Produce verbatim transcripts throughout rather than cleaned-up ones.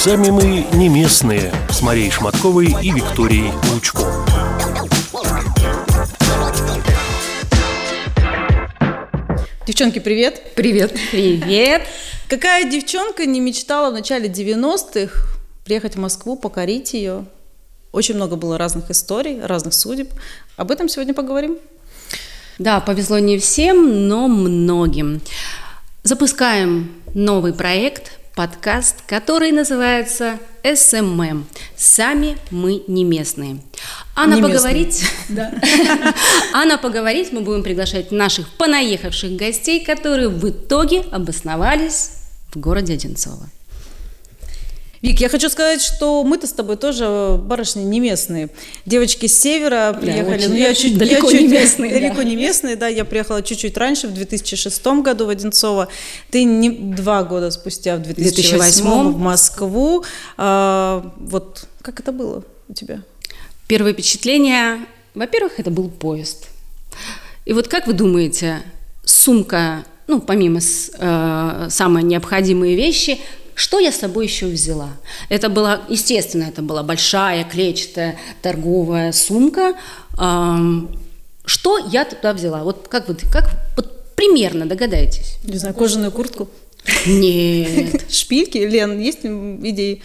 Сами мы не местные с Марией Шматковой и Викторией Лучко. Девчонки, привет! Привет! Привет! Какая девчонка не мечтала в начале девяностых приехать в Москву, покорить ее? Очень много было разных историй, разных судеб. Об этом сегодня поговорим. Да, повезло не всем, но многим. Запускаем новый проект, подкаст, который называется эс эм эм. Сами мы не местные. А на поговорить, да. а на поговорить мы будем приглашать наших понаехавших гостей, которые в итоге обосновались в городе Одинцово. Вик, я хочу сказать, что мы-то с тобой тоже барышни не местные. Девочки с севера приехали. Да, ну, я чуть, далеко я чуть, не местные. Далеко да. не местные, да. Я приехала чуть-чуть раньше, в две тысячи шестом году в Одинцово. Ты не два года спустя, в две тысячи восьмом в Москву. А, вот как это было у тебя? Первое впечатление, во-первых, это был поезд. И вот как вы думаете, сумка, ну, помимо э, самые необходимые вещи, что я с собой еще взяла? Это была, естественно, это была большая клетчатая торговая сумка. Эм, что я туда взяла? Вот как вы, как вот примерно догадаетесь? Не знаю, кожаную куртку? Нет. Шпильки? Лен, есть идеи?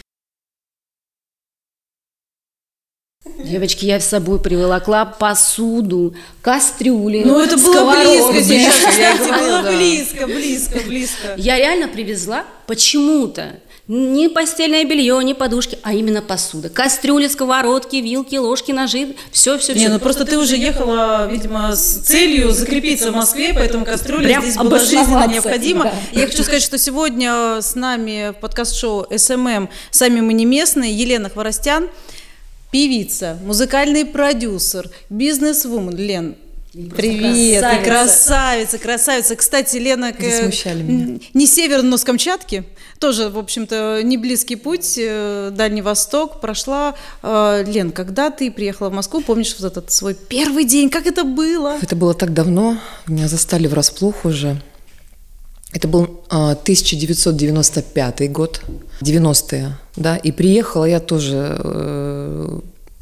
Девочки, я с собой приволокла посуду, кастрюли, Ну, это было сковородки. близко сейчас, Я кстати, говорю, было да. близко, близко, близко. Я реально привезла почему-то не постельное белье, не подушки, а именно посуда. Кастрюли, сковородки, вилки, ложки, ножи, все-все-все. Не, ну просто ты уже ехала, видимо, с целью закрепиться в Москве, поэтому кастрюля Прям здесь была жизненно необходима. Да. Я хочу сказать, что сегодня с нами в подкаст-шоу эс эм эм «Сами мы не местные» Елена Хворостян, певица, музыкальный продюсер, бизнес-вумен. Лен, привет, красавица. Ты красавица, красавица. Кстати, Лена Засмущали меня. не север, но с Камчатки. Тоже, в общем-то, не близкий путь, Дальний Восток прошла. Лен, когда ты приехала в Москву, помнишь вот этот свой первый день? Как это было? Это было так давно, меня застали врасплох уже. Это был а, тысяча девятьсот девяносто пятый год, девяностые, да, и приехала я тоже э,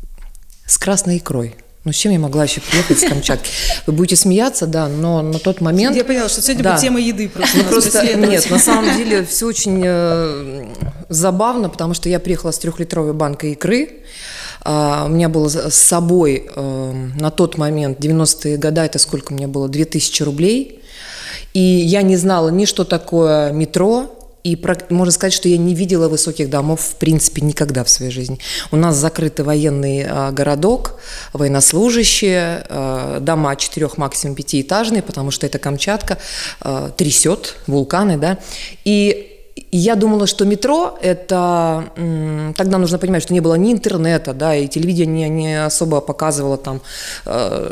с красной икрой. Ну, с чем я могла еще приехать с Камчатки? Вы будете смеяться, да, но на тот момент... Я поняла, что сегодня да. будет тема еды просто. Ну, просто нет, на самом деле все очень э, забавно, потому что я приехала с трехлитровой банкой икры. Uh, у меня было с собой uh, на тот момент, девяностые годы, это сколько у меня было, две тысячи рублей. И я не знала ни что такое метро, и можно сказать, что я не видела высоких домов в принципе никогда в своей жизни. У нас закрытый военный uh, городок, военнослужащие, uh, дома четырех, максимум пятиэтажные, потому что это Камчатка, uh, трясет, вулканы, да, и я думала, что метро – это… Тогда нужно понимать, что не было ни интернета, да, и телевидение не особо показывало там э,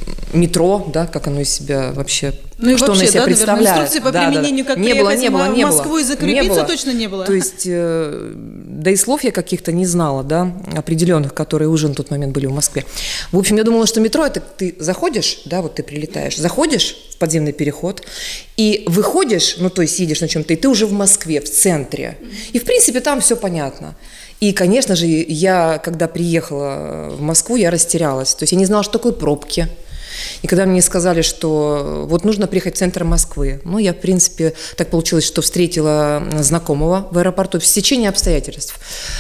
метро, да, как оно из себя вообще… Ну и что вообще, оно из себя да, представляет. наверное, инструкции по да, применению, да, как не приехать было, не было, в не Москву было, и закрепиться, не было. точно не было. То есть, э, да и слов я каких-то не знала, да, определенных, которые уже на тот момент были в Москве. В общем, я думала, что метро – это ты заходишь, да, вот ты прилетаешь, заходишь в подземный переход и выходишь, ну, то есть едешь на чем-то, и ты уже в Москве, в центре. И, в принципе, там все понятно. И, конечно же, я, когда приехала в Москву, я растерялась. То есть я не знала, что такое пробки. И когда мне сказали, что вот нужно приехать в центр Москвы, ну, я, в принципе, так получилось, что встретила знакомого в аэропорту в стечении обстоятельств.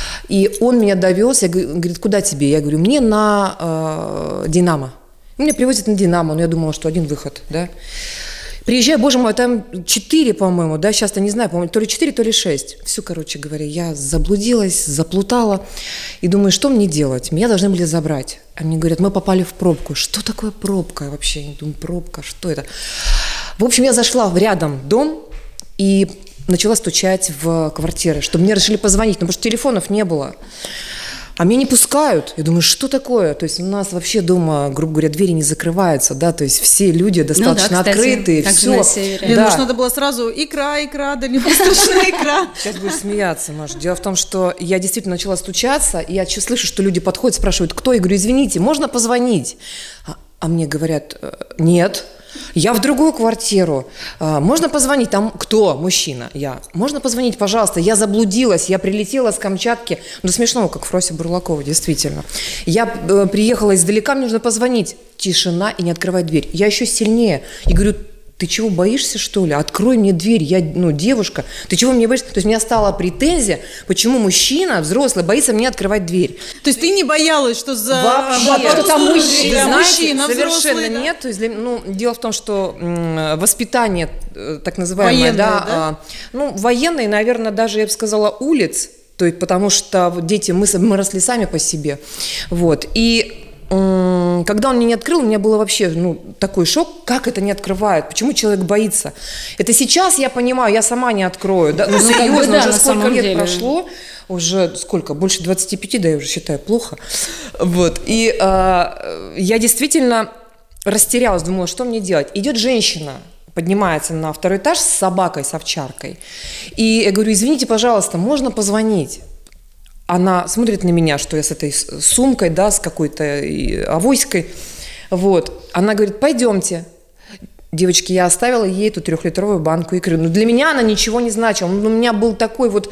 И он меня довез, я говорю, говорит, куда тебе? Я говорю, мне на э, Динамо. И меня привозят на Динамо, но я думала, что один выход, да. Приезжаю, боже мой, там четыре, по-моему, да, сейчас-то не знаю, по-моему, то ли четыре, то ли шесть. Все, короче говоря, я заблудилась, заплутала и думаю, что мне делать? Меня должны были забрать. А мне говорят, мы попали в пробку. Что такое пробка вообще? Я думаю, пробка, что это? В общем, я зашла в рядом дом и начала стучать в квартиры, чтобы мне решили позвонить, но потому что телефонов не было. А меня не пускают. Я думаю, что такое? То есть у нас вообще дома, грубо говоря, двери не закрываются, да, то есть все люди достаточно ну да, кстати, открытые, все. На севере. Лен, да. Может, надо было сразу икра, икра, дальневосточная икра. Сейчас будешь смеяться, Маша. Дело в том, что я действительно начала стучаться, и я слышу, что люди подходят, спрашивают, кто? Я говорю, извините, можно позвонить? А, а мне говорят, нет. Я в другую квартиру. А, можно позвонить? Там кто? Мужчина. Я. Можно позвонить, пожалуйста? Я заблудилась. Я прилетела с Камчатки. Ну, смешно, как Фрося Бурлакова, действительно. Я э, приехала издалека, мне нужно позвонить. Тишина и не открывать дверь. Я еще сильнее. И говорю, ты чего, боишься, что ли? Открой мне дверь, я, ну, девушка. Ты чего мне боишься? То есть у меня стала претензия, почему мужчина, взрослый, боится мне открывать дверь. То есть ты не боялась, что за... Вообще, по ту там сторону мужчина, двери, а знаете, мужчина совершенно взрослый, да? нет. То есть для- ну, дело в том, что м, воспитание, э, так называемое, Военное, да, да? а, ну, военное, наверное, даже, я бы сказала, улиц, то есть, потому что вот дети, мы, с- мы росли сами по себе, вот, и м, когда он мне не открыл, у меня было вообще, ну, такой шок, как это не открывают, почему человек боится. Это сейчас я понимаю, я сама не открою, да, ну, Ну, как бы серьезно, да, уже на сколько самом лет деле. прошло, уже сколько, больше двадцати пяти, да, я уже считаю плохо, вот, и а, я действительно растерялась, думала, что мне делать. Идет женщина, поднимается на второй этаж с собакой, с овчаркой, и я говорю, извините, пожалуйста, можно позвонить? Она смотрит на меня, что я с этой с- сумкой, да, с какой-то и авоськой, вот, она говорит, пойдемте. Девочки, я оставила ей эту трехлитровую банку икры. Но для меня она ничего не значила. Ну, у меня был такой вот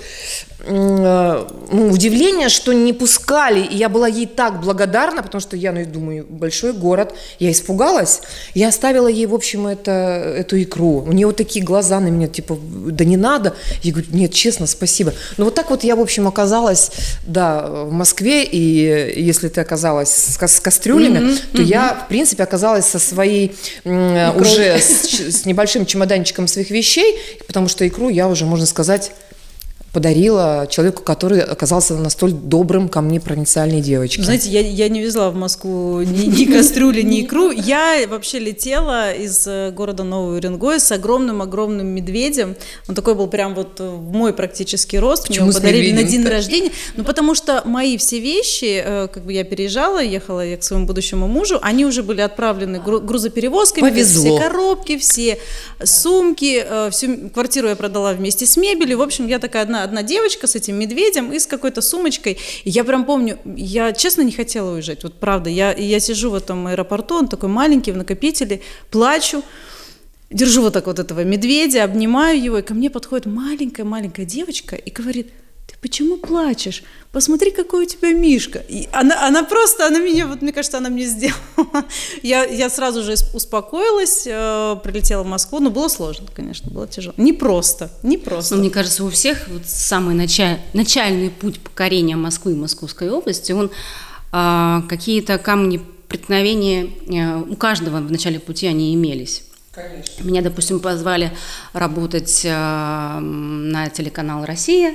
м, ну, удивление, что не пускали. И я была ей так благодарна, потому что я, ну, думаю, большой город. Я испугалась. Я оставила ей, в общем, это, эту икру. У нее вот такие глаза на меня, типа, да не надо. Я говорю, нет, честно, спасибо. Ну, вот так вот я, в общем, оказалась, да, в Москве. И если ты оказалась с, ка- с кастрюлями, Мгм, то мгм. я, в принципе, оказалась со своей м, уже с, ч- с небольшим чемоданчиком своих вещей, потому что икру я уже, можно сказать, подарила человеку, который оказался настолько добрым ко мне провинциальной девочке. Знаете, я, я не везла в Москву ни, ни кастрюли, ни икру. Я вообще летела из э, города Новый Уренгой с огромным-огромным медведем. Он такой был прям вот в мой практически рост. Мне Почему его с подарили на медведем-то? день рождения. Ну, потому что мои все вещи, э, как бы я переезжала, ехала я к своему будущему мужу, они уже были отправлены гру- грузоперевозками. То есть Повезло. Все коробки, все сумки, э, всю квартиру я продала вместе с мебелью. В общем, я такая одна, одна девочка с этим медведем и с какой-то сумочкой. И я прям помню, я честно не хотела уезжать, вот правда. Я, я сижу в этом аэропорту, он такой маленький, в накопителе, плачу, держу вот так вот этого медведя, обнимаю его, и ко мне подходит маленькая-маленькая девочка и говорит, ты почему плачешь? Посмотри, какой у тебя мишка. И она, она просто, она меня, вот мне кажется, она мне сделала. Я, я сразу же успокоилась, э, прилетела в Москву, но было сложно, конечно, было тяжело. Не просто, не просто. Ну, мне кажется, у всех вот самый началь- начальный путь покорения Москвы и Московской области, он а, какие-то камни преткновения а, у каждого в начале пути они имелись. Конечно. Меня, допустим, позвали работать а, на телеканал «Россия».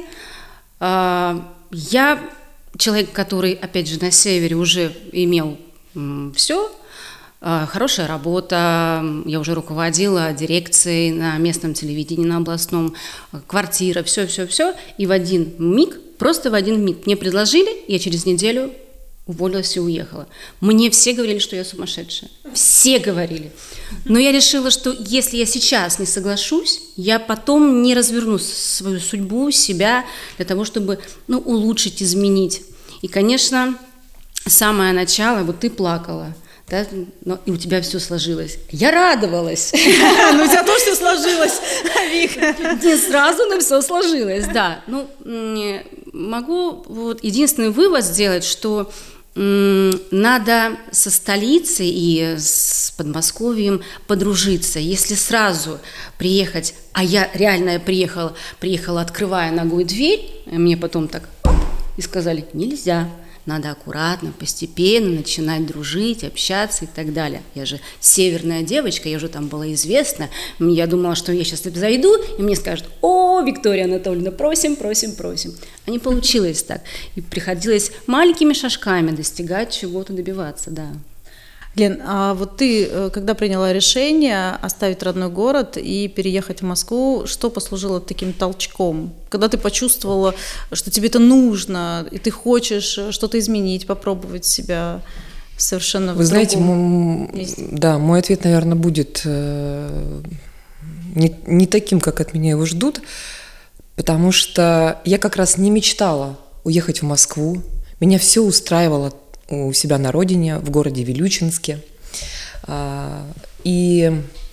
А, я человек, который, опять же, на севере уже имел все. Хорошая работа, я уже руководила дирекцией на местном телевидении, на областном, квартира, все-все-все. И в один миг, просто в один миг мне предложили, я через неделю уволилась и уехала. Мне все говорили, что я сумасшедшая. Все говорили. Но я решила, что если я сейчас не соглашусь, я потом не разверну свою судьбу, себя, для того, чтобы, ну, улучшить, изменить. И, конечно, самое начало, вот ты плакала, да, но и у тебя все сложилось. Я радовалась. Ну, у тебя тоже все сложилось, Вика. Не сразу, но все сложилось, да. Ну, м, могу вот единственный вывод сделать, что м, надо со столицей и с Подмосковьем подружиться. Если сразу приехать, а я реально приехала, приехала, открывая ногой дверь, и мне потом так и сказали, нельзя. Надо аккуратно, постепенно начинать дружить, общаться и так далее. Я же северная девочка, я уже там была известна. Я думала, что я сейчас зайду, и мне скажут, о, Виктория Анатольевна, просим, просим, просим. А не получилось так. И приходилось маленькими шажками достигать чего-то, добиваться, да. Лен, а вот ты, э, когда приняла решение оставить родной город и переехать в Москву, что послужило таким толчком? Когда ты почувствовала, что тебе это нужно, и ты хочешь что-то изменить, попробовать себя совершенно Вы в знаете, другом м- месте? да, мой ответ, наверное, будет э, не, не таким, как от меня его ждут, потому что я как раз не мечтала уехать в Москву. Меня все устраивало у себя на родине, в городе Вилючинске. А, И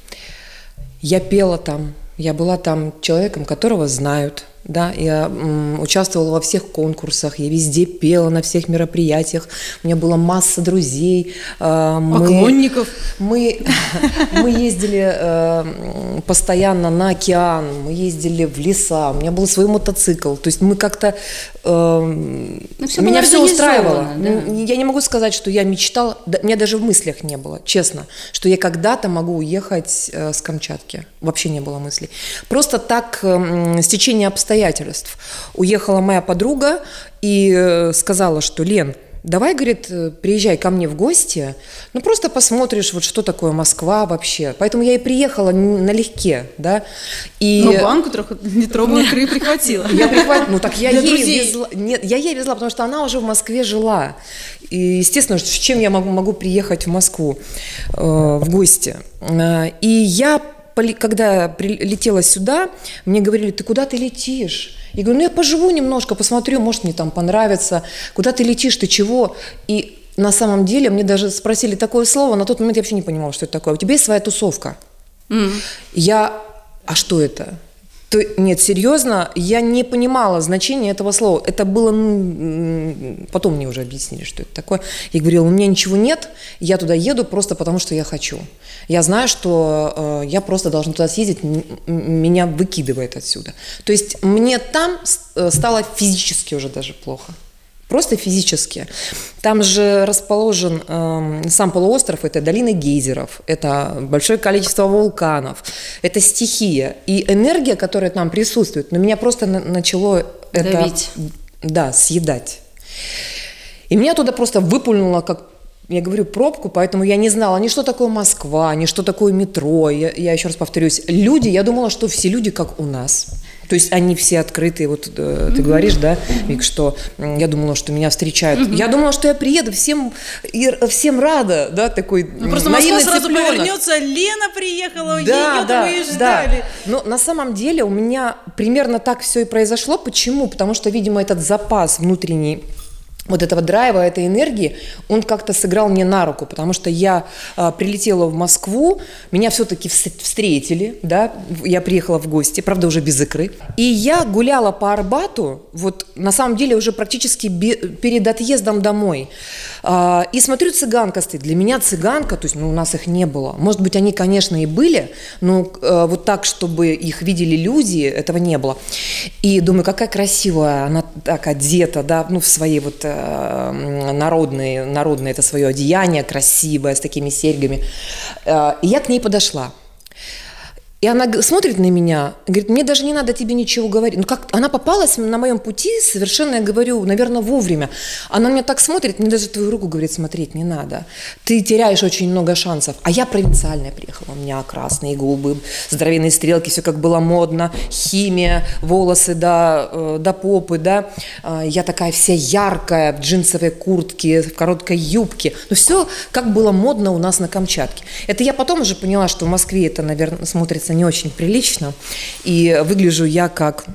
Я пела там, я была там человеком, которого знают. Да, я м, участвовала во всех конкурсах, я везде пела на всех мероприятиях, у меня была масса друзей. э, мы- Поклонников. Мы, мы ездили э, постоянно на океан, мы ездили в леса, у меня был свой мотоцикл, то есть мы как-то... э, Ну, всё меня было все устраивало. организовано, да. Н- Я не могу сказать, что я мечтала, да, у меня даже в мыслях не было, честно, что я когда-то могу уехать э, с Камчатки. Вообще не было мыслей. Просто так, э, стечение обстоятельств. Уехала моя подруга и э, сказала, что Лен, давай, говорит, э, приезжай ко мне в гости, ну просто посмотришь, вот что такое Москва вообще. Поэтому я и приехала н- налегке, да. И Но банку трехлитровую кры прихватила. я прихват- ну так я Для ей друзей. везла. Нет, я ей везла, потому что она уже в Москве жила. И, естественно, с чем я могу, могу приехать в Москву э, в гости. Э, И я, поли- когда прилетела сюда, мне говорили, ты куда ты летишь? Я говорю, ну я поживу немножко, посмотрю, может мне там понравится. Куда ты летишь, ты чего? И на самом деле мне даже спросили такое слово, на тот момент я вообще не понимала, что это такое. У тебя есть своя тусовка? Я, а что это? То- нет, серьезно, я не понимала значения этого слова. Это было, ну, м, потом мне уже объяснили, что это такое. Я говорила, у меня ничего нет, я туда еду просто потому, что я хочу. Я знаю, что э, я просто должна туда съездить, м- м- меня выкидывает отсюда. То есть мне там с- э, стало физически уже даже плохо. Просто физически. Там же расположен эм, сам полуостров, это долина гейзеров, это большое количество вулканов, это стихия. И энергия, которая там присутствует, на меня просто на- начало это Давить. да, съедать. И меня туда просто выпульнуло, как я говорю, пробку, поэтому я не знала ни что такое Москва, ни что такое метро. Я, я еще раз повторюсь, люди, я думала, что все люди как у нас. То есть они все открытые, вот э, ты говоришь, да, Вик, что м, я думала, что меня встречают. Я думала, что я приеду, всем, и, р- всем рада, да, такой Ну, просто Москва наивный сразу цыпленок. повернется, Лена приехала, Да, ее-то да, вы и да. ждали. Но на самом деле у меня примерно так все и произошло. Почему? Потому что, видимо, этот запас внутренний вот этого драйва, этой энергии, он как-то сыграл мне на руку, потому что я а, прилетела в Москву, меня все-таки вс- встретили, да, в- я приехала в гости, правда, уже без икры, и я гуляла по Арбату, вот на самом деле уже практически бе- перед отъездом домой, А, и смотрю, цыганка стоит. Для меня цыганка, то есть, ну, у нас их не было, может быть, они, конечно, и были, но э, вот так, чтобы их видели люди, этого не было. И думаю, какая красивая, она так одета, да, ну, в своей вот э, народные, народное это свое одеяние, красивое, с такими серьгами. Э, И я к ней подошла. И она г- смотрит на меня, говорит, мне даже не надо тебе ничего говорить. Ну как, она попалась на моем пути совершенно, я говорю, наверное, вовремя. Она на меня так смотрит, мне даже твою руку, говорит, смотреть не надо. Ты теряешь очень много шансов. А я провинциальная приехала, у меня красные губы, здоровенные стрелки, все как было модно, химия, волосы до, э, до попы, да. А, Я такая вся яркая, в джинсовой куртке, в короткой юбке. Ну все как было модно у нас на Камчатке. Это я потом уже поняла, что в Москве это, наверное, смотрится не очень прилично. И выгляжу я как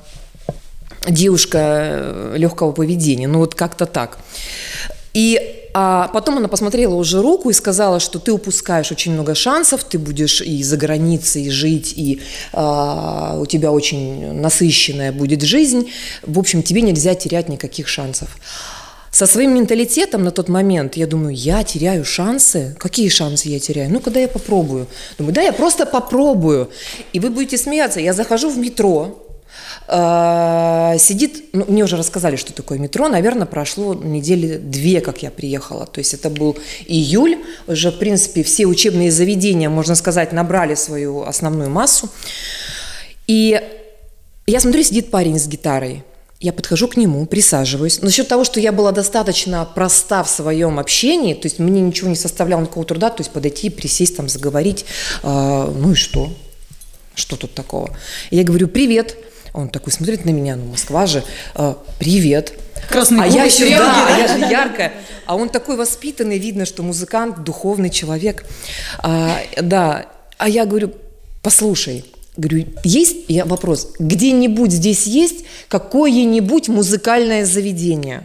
девушка легкого поведения. Ну вот как-то так. И а потом она посмотрела уже руку и сказала, что ты упускаешь очень много шансов, ты будешь и за границей жить, и а, у тебя очень насыщенная будет жизнь. В общем, тебе нельзя терять никаких шансов. Со своим менталитетом на тот момент я думаю, я теряю шансы? Какие шансы я теряю? Ну, когда я попробую. Думаю, да, я просто попробую. И вы будете смеяться. Я захожу в метро, э, сидит, ну, мне уже рассказали, что такое метро, наверное, прошло недели две, как я приехала. То есть это был июль, уже, в принципе, все учебные заведения, можно сказать, набрали свою основную массу. И я смотрю, сидит парень с гитарой. Я подхожу к нему, присаживаюсь. Насчет того, что я была достаточно проста в своем общении, то есть мне ничего не составляло никакого труда, то есть подойти, присесть, там, заговорить. А, ну и что? Что тут такого? И я говорю, привет. Он такой смотрит на меня, ну Москва же, а, привет. Красные а губы, я еще, стрелки, да, да? я же яркая. А он такой воспитанный, видно, что музыкант, духовный человек. А, да, а я говорю, послушай, говорю, есть, я вопрос, где-нибудь здесь есть какое-нибудь музыкальное заведение?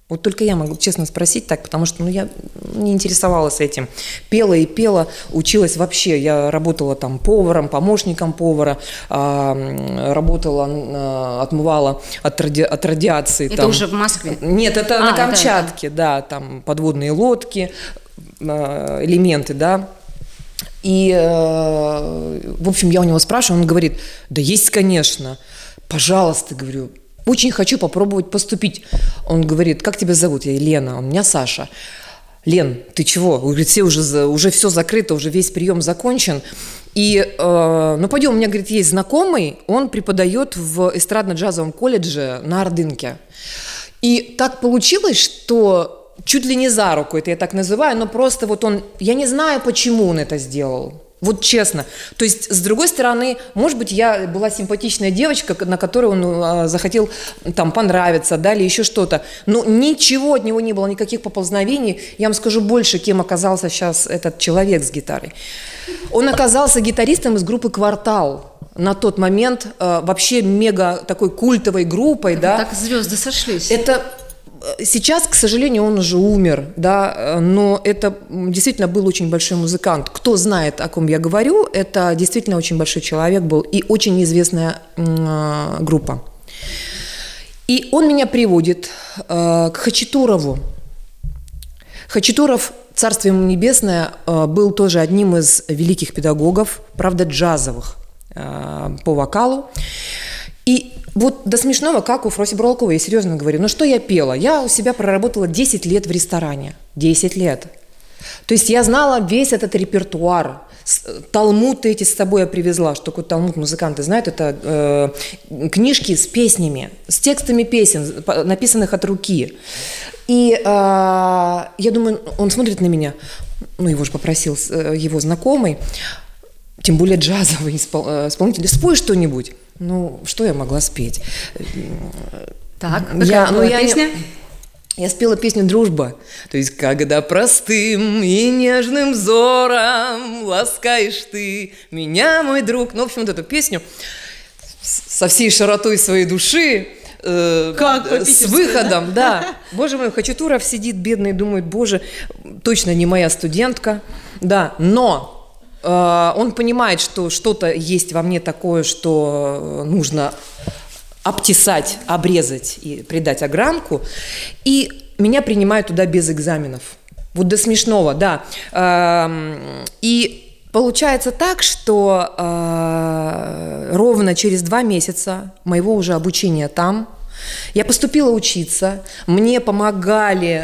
Вот только я могу честно спросить так, потому что ну, я не интересовалась этим. Пела и пела, училась вообще. Я работала там поваром, помощником повара, э, работала, э, отмывала от, ради, от радиации. Это там. уже в Москве? Нет, это а, на Камчатке, это... да, там подводные лодки, э, элементы, да. И, э, в общем, я у него спрашиваю, он говорит, да есть, конечно, пожалуйста, говорю, очень хочу попробовать поступить. Он говорит, как тебя зовут? Я Лена, он меня Саша. Лен, ты чего? Он говорит, все уже, уже все закрыто, уже весь прием закончен. И, э, ну пойдем, у меня, говорит, есть знакомый, он преподает в эстрадно-джазовом колледже на Ордынке. И так получилось, что чуть ли не за руку, это я так называю, но просто вот он, я не знаю, почему он это сделал. Вот честно. То есть, с другой стороны, может быть, я была симпатичная девочка, на которую он а, захотел там понравиться, да, или еще что-то. Но ничего от него не было, никаких поползновений. Я вам скажу больше, кем оказался сейчас этот человек с гитарой. Он оказался гитаристом из группы «Квартал». На тот момент а, вообще мега такой культовой группой, да. Так звезды сошлись. Это... Сейчас, к сожалению, он уже умер, да, но это действительно был очень большой музыкант. Кто знает, о ком я говорю, это действительно очень большой человек был и очень известная э, группа. И он меня приводит э, к Хачатурову. Хачатуров, царствие ему небесное, э, был тоже одним из великих педагогов, правда, джазовых э, по вокалу. И вот до смешного, как у Фроси Бурлаковой, я серьезно говорю, ну что я пела? Я у себя проработала десять лет в ресторане, десять лет. То есть я знала весь этот репертуар, талмуд эти с собой я привезла, что такое талмуд, музыканты знают, это э, книжки с песнями, с текстами песен, написанных от руки. И э, я думаю, он смотрит на меня, ну его же попросил его знакомый, тем более джазовый исполнитель, спой что-нибудь. Ну, что я могла спеть? Так, какая я, была ну, я песня? Не, я спела песню «Дружба». То есть, когда простым и нежным взором ласкаешь ты меня, мой друг. Ну, в общем, вот эту песню со всей широтой своей души, э, как с выходом, да. да. Боже мой, Хачатуров сидит бедный и думает, боже, точно не моя студентка. Да, но... Он понимает, что что-то есть во мне такое, что нужно обтесать, обрезать и придать огранку. И меня принимают туда без экзаменов. Вот до смешного, да. И получается так, что ровно через два месяца моего уже обучения там я поступила учиться, мне помогали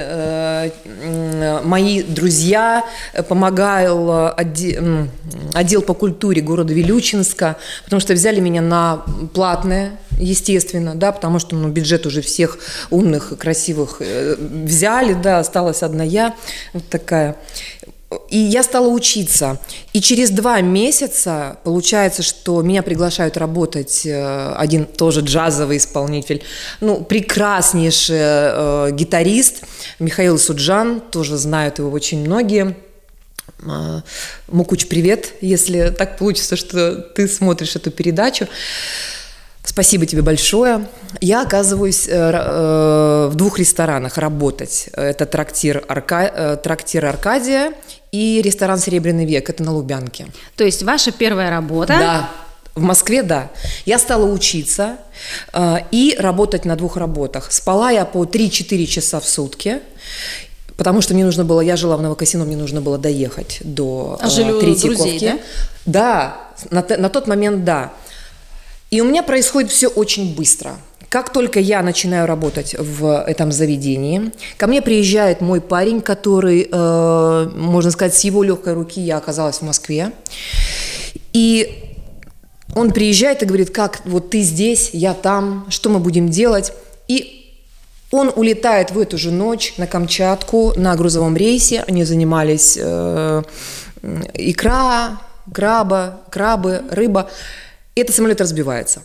э, мои друзья, помогал отдел, отдел по культуре города Вилючинска, потому что взяли меня на платное, естественно, да, потому что ну, бюджет уже всех умных, красивых э, взяли, да, осталась одна я, вот такая. И я стала учиться. И через два месяца получается, что меня приглашают работать один тоже джазовый исполнитель, ну, прекраснейший э, гитарист Михаил Суджан, тоже знают его очень многие. Э, Мукуч, привет, если так получится, что ты смотришь эту передачу. Спасибо тебе большое. Я оказываюсь э, э, в двух ресторанах работать. Это трактир, Арка... э, трактир «Аркадия» и ресторан «Серебряный век». Это на Лубянке. То есть ваша первая работа? Да, в Москве, да. Я стала учиться э, и работать на двух работах. Спала я по три-четыре часа в сутки, потому что мне нужно было, я жила в Новокосино, мне нужно было доехать до э, а жили Третьяковки. Друзей, да? Да, на, на тот момент, да. И у меня происходит все очень быстро. Как только я начинаю работать в этом заведении, ко мне приезжает мой парень, который, э, можно сказать, с его легкой руки я оказалась в Москве. И он приезжает и говорит, как вот ты здесь, я там, что мы будем делать? И он улетает в эту же ночь на Камчатку на грузовом рейсе. Они занимались э, икра, краба, крабы, рыба. Этот самолет разбивается.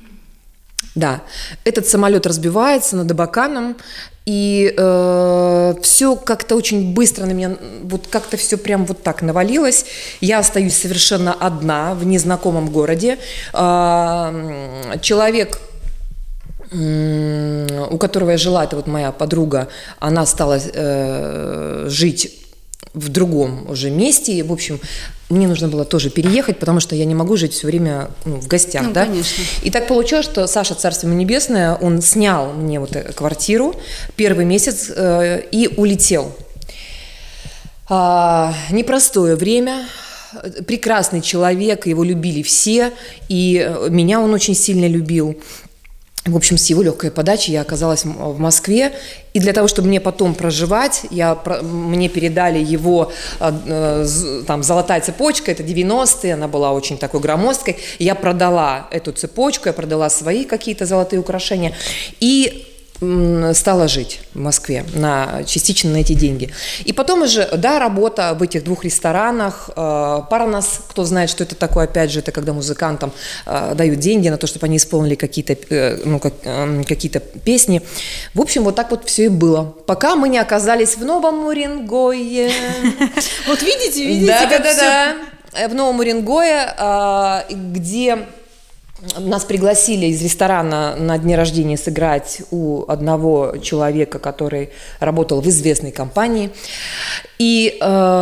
Да, этот самолет разбивается над Абаканом, и э, все как-то очень быстро на меня, вот как-то все прям вот так навалилось. Я остаюсь совершенно одна в незнакомом городе. Э, человек, у которого я жила, это вот моя подруга, она стала э, жить в другом уже месте, и, в общем, мне нужно было тоже переехать, потому что я не могу жить все время ну, в гостях, ну, да? Конечно. И так получилось, что Саша, царство ему небесное, он снял мне вот квартиру первый месяц э, и улетел. А, непростое время. Прекрасный человек, его любили все, и меня он очень сильно любил. В общем, с его легкой подачи я оказалась в Москве, и для того, чтобы мне потом проживать, я, мне передали его там, золотая цепочка, это девяностые, она была очень такой громоздкой, я продала эту цепочку, я продала свои какие-то золотые украшения, и стала жить в Москве на, частично на эти деньги. И потом уже, да, работа в этих двух ресторанах. Парнас, кто знает, что это такое, опять же, это когда музыкантам дают деньги на то, чтобы они исполнили какие-то, ну, как, какие-то песни. В общем, вот так вот все и было. Пока мы не оказались в Новом Уренгое. Вот видите, видите, да, как да, все... да, да. В Новом Уренгое, где... Нас пригласили из ресторана на дне рождения сыграть у одного человека, который работал в известной компании. И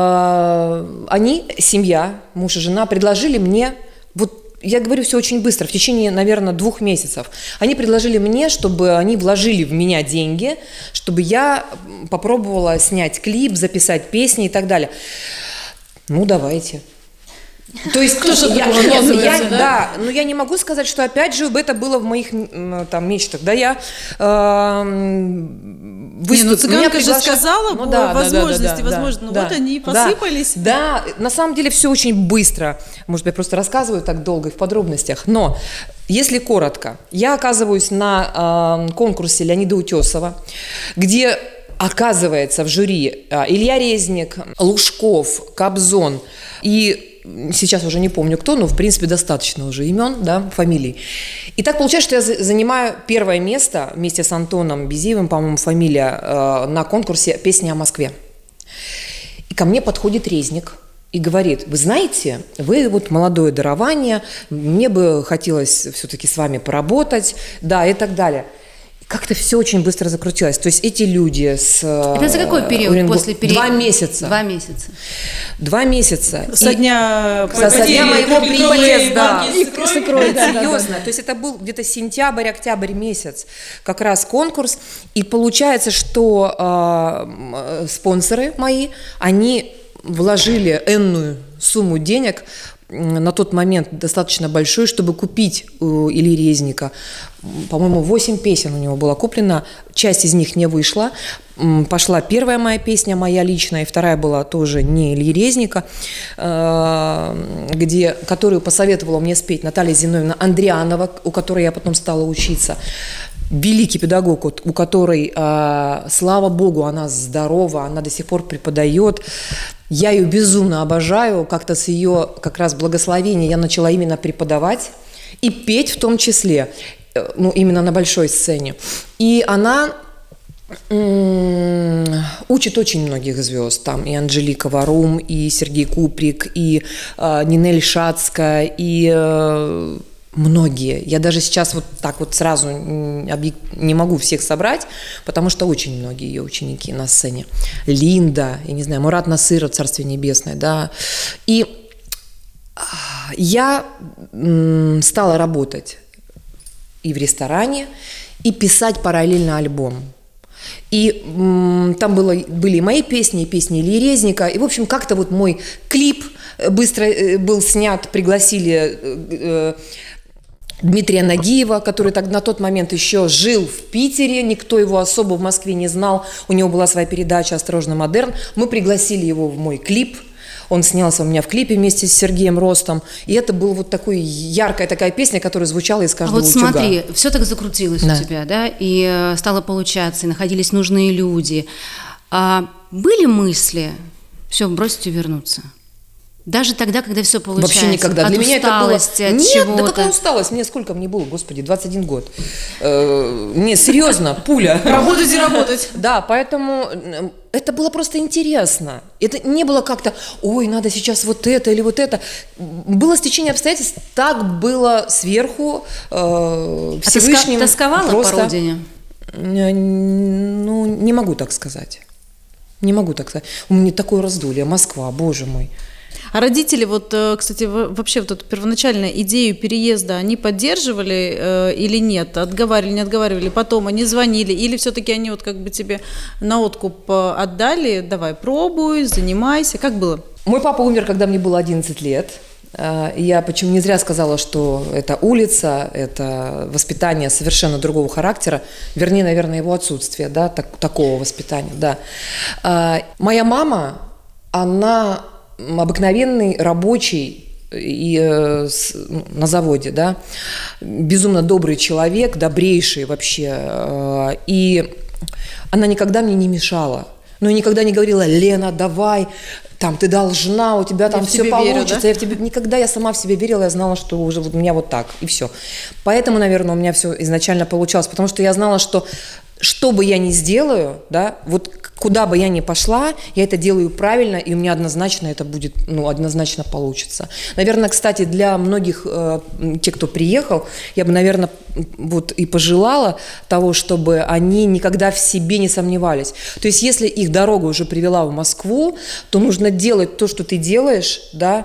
э, они, семья, муж и жена, предложили мне, вот я говорю все очень быстро, в течение, наверное, двух месяцев, они предложили мне, чтобы они вложили в меня деньги, чтобы я попробовала снять клип, записать песни и так далее. Ну, давайте. То есть Кто же я, такого я, отказывается, я, да? да, но я не могу сказать, что опять же это было в моих там мечтах, да, я э, Не, ну цыганка же приглашали... сказала ну, по да, возможности, да, да, да, возможно, ну да, вот они и да, посыпались. Да, да, на самом деле все очень быстро, может, я просто рассказываю так долго и в подробностях, но если коротко, я оказываюсь на э, конкурсе Леонида Утесова, где оказывается в жюри э, Илья Резник, Лужков, Кобзон и сейчас уже не помню кто, но в принципе достаточно уже имен, да, фамилий. И так получается, что я занимаю первое место вместе с Антоном Безиевым, по-моему, фамилия, э, на конкурсе «Песня о Москве». И ко мне подходит Резник и говорит: вы знаете, вы вот молодое дарование, мне бы хотелось все-таки с вами поработать, да, и так далее. Как-то все очень быстро закрутилось. То есть эти люди с... Это за какой период Уренгу... после периода? Два месяца. Два месяца. Два месяца. Со И... дня... Со, со дня моего приезда. Да. Серьезно. То есть это был где-то сентябрь-октябрь месяц. Как раз конкурс. И получается, что э, спонсоры мои, они вложили энную сумму денег, на тот момент достаточно большой, чтобы купить у Ильи Резника. По-моему, восемь песен у него было куплено, часть из них не вышла. Пошла первая моя песня, моя личная, и вторая была тоже не Ильи Резника, где, которую посоветовала мне спеть Наталья Зиновьевна Андрианова, у которой я потом стала учиться. Великий педагог, у которой, слава богу, она здорова, она до сих пор преподает. Я ее безумно обожаю, как-то с ее как раз благословения я начала именно преподавать и петь в том числе, ну, именно на большой сцене. И она м- учит очень многих звезд, там и Анжелика Варум, и Сергей Куприк, и э, Нинель Шацкая, и... Э, Многие. Я даже сейчас вот так вот сразу не могу всех собрать, потому что очень многие ее ученики на сцене. Линда, я не знаю, Мурат Насыров, Царствие Небесное, да. И я стала работать и в ресторане, и писать параллельно альбом. И м, там было, были и мои песни, и песни Ильи Резника. И, в общем, как-то вот мой клип быстро был снят, пригласили... Э, Дмитрия Нагиева, который так, на тот момент еще жил в Питере, никто его особо в Москве не знал, у него была своя передача «Осторожно, модерн», мы пригласили его в мой клип, он снялся у меня в клипе вместе с Сергеем Ростом, и это была вот такая яркая такая песня, которая звучала из каждого утюга. А вот смотри, все так закрутилось да. у тебя, да, и э, стало получаться, и находились нужные люди. А были мысли все бросить и вернуться? Даже тогда, когда все получается. Вообще никогда. От Для меня это было... усталости, от Нет, чего-то. да какая усталость? Мне сколько мне было, господи, двадцать один год. Э, Не, серьезно, пуля. Работать и работать. Да, поэтому м, это было просто интересно. Это не было как-то, ой, надо сейчас вот это или вот это. Было стечение обстоятельств, так было сверху, э, А тоска- Всевышним. тосковала просто... по родине? Э, Ну, не могу так сказать. Не могу так сказать. У меня такое раздолье, Москва, боже мой. А родители, вот, э, кстати, в- вообще вот эту первоначальную идею переезда, они поддерживали э, или нет? Отговаривали, не отговаривали? Потом они звонили? Или все-таки они вот как бы тебе на откуп э, отдали? Давай, пробуй, занимайся. Как было? Мой папа умер, когда мне было одиннадцать лет. Э, Я почему не зря сказала, что это улица, это воспитание совершенно другого характера. Вернее, наверное, его отсутствие, да, так- такого воспитания, да. Э, Моя мама, она обыкновенный рабочий и, э, с- ну, на заводе, да, безумно добрый человек, добрейший вообще, э, и она никогда мне не мешала, но и никогда не говорила: Лена, давай, там, ты должна, у тебя там Я в все тебе верю, получится. да? Я в тебе... Никогда я сама в себе верила, я знала, что уже вот у меня вот так, и все. Поэтому, наверное, у меня все изначально получалось, потому что я знала, что что бы я ни сделаю, да, вот куда бы я ни пошла, я это делаю правильно, и у меня однозначно это будет, ну, однозначно получится. Наверное, кстати, для многих, э, тех, кто приехал, я бы, наверное, вот и пожелала того, чтобы они никогда в себе не сомневались. То есть, если их дорога уже привела в Москву, то нужно делать то, что ты делаешь, да,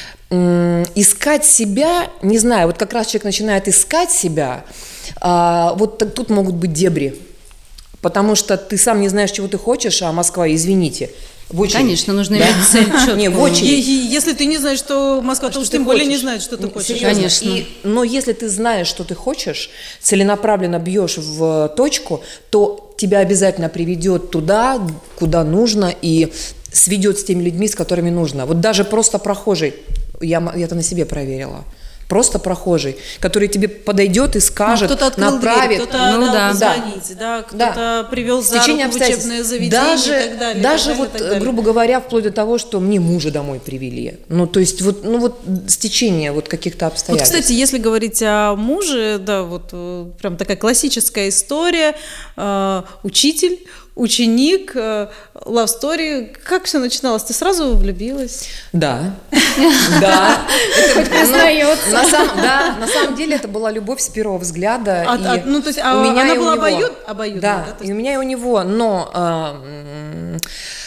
м, искать себя, не знаю, вот как раз человек начинает искать себя, а, вот так- тут могут быть дебри. Потому что ты сам не знаешь, чего ты хочешь, а Москва, извините, в очередь. Конечно, нужно Да. иметь цель четкую. Не, в И- очередь. и если ты не знаешь, что Москва, то Что уж ты тем более не хочешь? знает, что ты Ну, хочешь. серьезно. Конечно. И- но если ты знаешь, что ты хочешь, целенаправленно бьешь в точку, то тебя обязательно приведет туда, куда нужно, и сведет с теми людьми, с которыми нужно. Вот даже просто прохожий, я, м- я это на себе проверила. Просто прохожий, который тебе подойдет и скажет, Ну, кто-то открыл направит. дверь, кто-то Ну дал да. позвонить, да, кто-то привел за Стечение руку в обстоятельств. учебное заведение даже, и так далее. Даже и так далее, вот, и так далее. грубо говоря, вплоть до того, что мне мужа домой привели. Ну, то есть вот, ну, вот стечение вот каких-то Вот, обстоятельств. кстати, если говорить о муже, да, вот э, прям такая классическая история, э, учитель, ученик, э, love story. Как все начиналось? Ты сразу влюбилась? Да, да. Это, ну, признается. на самом- Да, на самом деле это была любовь с первого взгляда. А- и а, ну, то есть, у а меня она и у была него. обоюд- обоюдная, да, Да, то и есть- у меня и у него, но... а, м,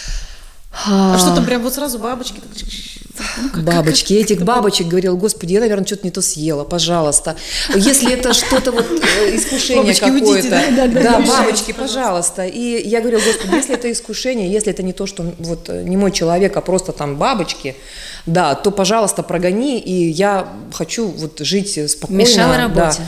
А что там прям вот сразу бабочки? Бабочки, этих бабочек, говорил, господи, я, наверное, что-то не то съела, пожалуйста. Если это что-то вот э, искушение Бабочки, уйдите, какое-то. да, да, Да, не мешайте, бабочки, пожалуйста. И я говорила, господи, если это искушение, если это не то, что вот э, не мой человек, а просто там бабочки, да, то, пожалуйста, прогони, и я хочу вот жить спокойно. Мешала да. работе?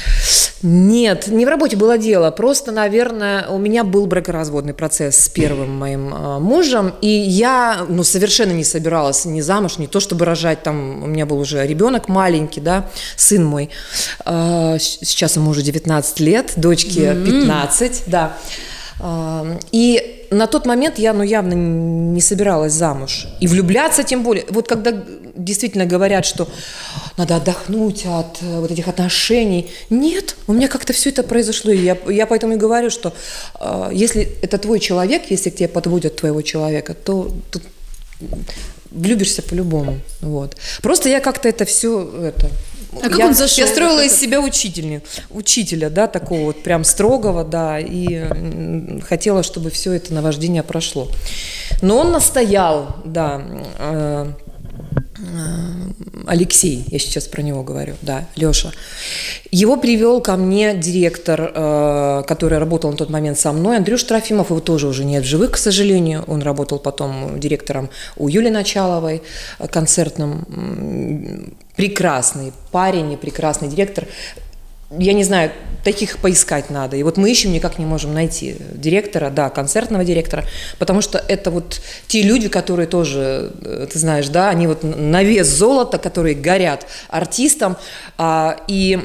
Нет, не в работе было дело. Просто, наверное, у меня был бракоразводный процесс с первым моим э, мужем, и я, ну, совершенно не собиралась ни замуж, не то чтобы рожать. Там у меня был уже ребенок маленький, да, сын мой. Э, с- сейчас ему уже девятнадцать лет, дочке пятнадцать, да. Э, И на тот момент я, ну, явно не собиралась замуж. И влюбляться тем более. Вот когда действительно говорят, что надо отдохнуть от э, вот этих отношений. Нет, у меня как-то все это произошло. И я, я поэтому и говорю, что э, если это твой человек, если к тебе подводят твоего человека, то тут влюбишься по-любому. Вот. Просто я как-то это все... Это, А как я, он зашел? я строила Как из это? себя учительни- учителя, да, такого вот прям строгого, да, и м, хотела, чтобы все это наваждение прошло. Но он настоял, да, э, Алексей, я сейчас про него говорю, да, Леша. Его привел ко мне директор, э, который работал на тот момент со мной, Андрюш Трофимов, его тоже уже нет в живых, к сожалению. Он работал потом директором у Юли Началовой, э, концертным. М, Прекрасный парень и прекрасный директор. Я не знаю, таких поискать надо. И вот мы ищем, никак не можем найти директора, да, концертного директора, потому что это вот те люди, которые тоже, ты знаешь, да, они вот на вес золота, которые горят артистам а, и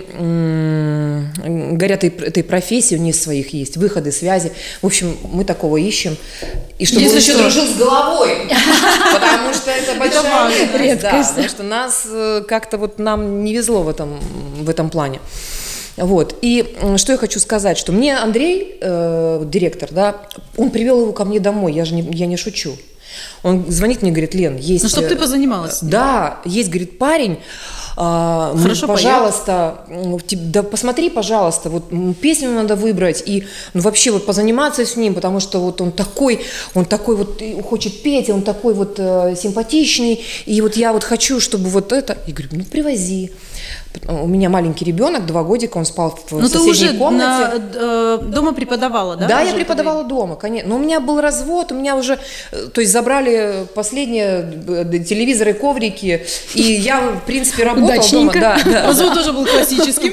м- горят этой, этой профессии, у них своих есть выходы, связи. В общем, мы такого ищем. И чтобы Если он еще что. дружил с головой, потому что это большая редкость, да, редкость. потому что нас э, как-то вот нам не везло в этом, в этом плане. Вот. И м, что я хочу сказать, что мне Андрей, э, директор, да, он привел его ко мне домой, я же не, я не шучу. Он звонит мне, говорит: Лен, есть... Ну, чтобы ты позанималась с ним. Да, есть, говорит, парень, а, мы, Хорошо пожалуйста, м, ти- да посмотри, пожалуйста, вот м, песню надо выбрать и ну, вообще вот позаниматься с ним, потому что вот он такой, он такой вот и хочет петь, и он такой вот э, симпатичный, и вот я вот хочу, чтобы вот это... Я говорю: ну привози. У меня маленький ребенок, два годика, он спал в Ну, ты соседней уже комнате. на, э, дома преподавала, да? Да, уже я преподавала дома, конечно. Но у меня был развод, у меня уже, э, то есть забрали последние э, телевизоры, коврики, и я, в принципе, работала дома. Удачненько. Да, да. Развод тоже был классическим.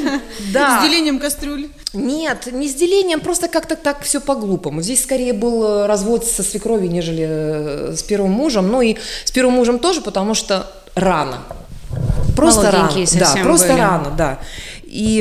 Да. С делением кастрюль. Нет, не с делением, просто как-то так все по-глупому. Здесь скорее был э, развод со свекровью, нежели э, с первым мужем. Ну и с первым мужем тоже, потому что рано. Просто рано. Молоденькие Да, совсем просто были. рано, да. И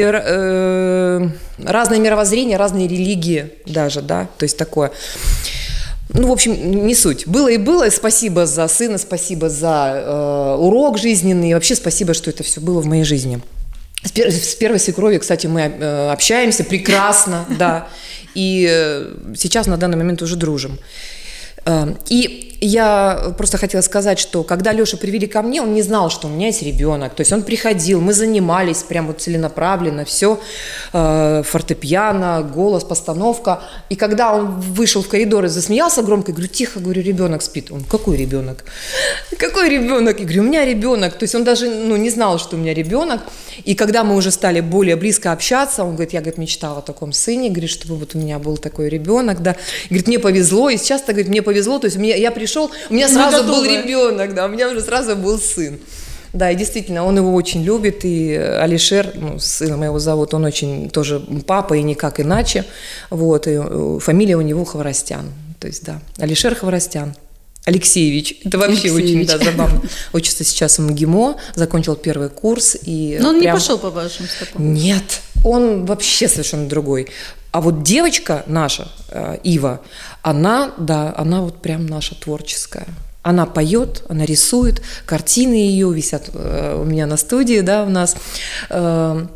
э, разные мировоззрения, разные религии даже, да, то есть такое. Ну, в общем, не суть. Было и было. И спасибо за сына, спасибо за э, урок жизненный. И вообще спасибо, что это все было в моей жизни. С, пер- с первой свекровью, кстати, мы э, общаемся прекрасно, да. И э, сейчас на данный момент уже дружим. Э, и я просто хотела сказать, что когда Лешу привели ко мне, он не знал, что у меня есть ребенок. То есть он приходил, мы занимались прям вот целенаправленно, все, э, фортепиано, голос, постановка. И когда он вышел в коридор и засмеялся громко, я говорю: тихо, говорю, ребенок спит. Он: какой ребенок? Какой ребенок? Я говорю: у меня ребенок. То есть он даже ну, не знал, что у меня ребенок. И когда мы уже стали более близко общаться, он говорит: я, говорит, мечтала о таком сыне, говорит, чтобы вот у меня был такой ребенок, да. Говорит: мне повезло, и сейчас-то, говорит, мне повезло, то есть мне, я пришел, у меня сразу был ребенок, да, у меня уже сразу был сын. Да, и действительно, он его очень любит, и Алишер, ну, сына моего зовут, он очень тоже папа, и никак иначе, вот, и фамилия у него Хворостян, то есть, да, Алишер Хворостян. Алексеевич. Это вообще Алексеевич. очень да, забавно. Учится сейчас в МГИМО, закончил первый курс. И Но он прям... не пошел по вашим стопам. Нет, он вообще совершенно другой. А вот девочка наша, э, Ива, она, да, она вот прям наша творческая. Она поет, она рисует, картины ее висят э, у меня на студии, да, у нас. Э,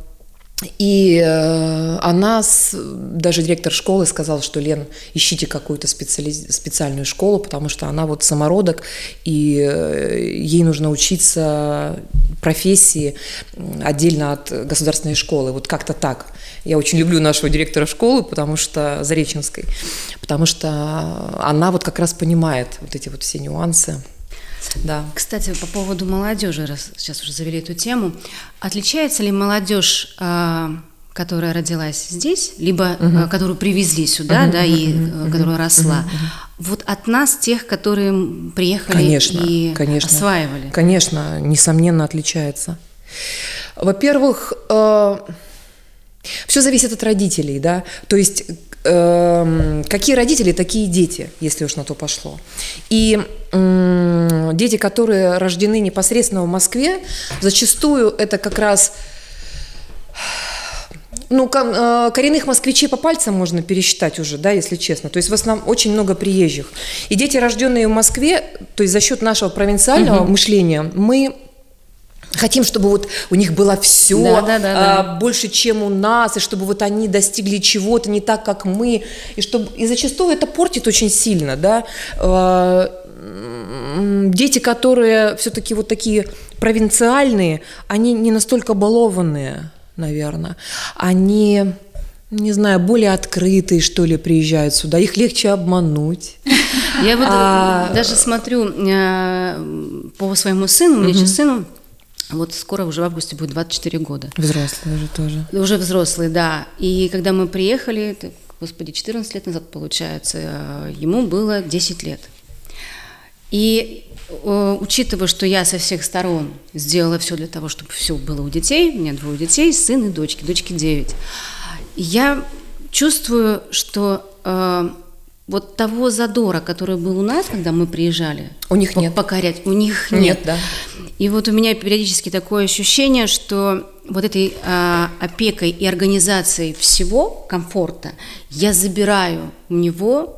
И э, она, с, даже директор школы сказал, что: Лен, ищите какую-то специали, специальную школу, потому что она вот самородок, и э, ей нужно учиться профессии отдельно от государственной школы. Вот как-то так. Я очень люблю нашего директора школы, потому что Зареченской, потому что она вот как раз понимает вот эти вот все нюансы. Да. Кстати, по поводу молодежи, раз сейчас уже завели эту тему, отличается ли молодежь, а, которая родилась здесь, либо Мгм. а, которую привезли сюда, Мгм, да, мгм, и мгм, а, которая мгм, росла, мгм, мгм. вот от нас, тех, которые приехали Конечно, и конечно. осваивали? Конечно, несомненно отличается. Во-первых, все зависит от родителей, да, то есть э, какие родители, такие дети, если уж на то пошло. И э, дети, которые рождены непосредственно в Москве, зачастую это как раз... Ну, коренных москвичей по пальцам можно пересчитать уже, да, если честно. То есть в основном очень много приезжих. И дети, рожденные в Москве, то есть за счет нашего провинциального угу. мышления, мы хотим, чтобы вот у них было все да, да, да, а, да. больше, чем у нас, и чтобы вот они достигли чего-то не так, как мы. И, чтобы, и зачастую это портит очень сильно, да. Дети, которые все-таки вот такие провинциальные, они не настолько балованные, наверное. Они, не знаю, более открытые, что ли, приезжают сюда. Их легче обмануть. Я вот а... даже смотрю э, по своему сыну, у меня сейчас сыну, вот скоро уже в августе будет двадцать четыре года. Взрослый уже тоже. Уже взрослый, да. И когда мы приехали, господи, четырнадцать лет назад, получается, ему было десять лет. И э, учитывая, что я со всех сторон сделала все для того, чтобы все было у детей, у меня двое детей, сын и дочки, дочке девять, я чувствую, что э, вот того задора, который был у нас, когда мы приезжали, У них нет. покорять, у них нет. Нет, да. И вот у меня периодически такое ощущение, что вот этой а, опекой и организацией всего комфорта я забираю у него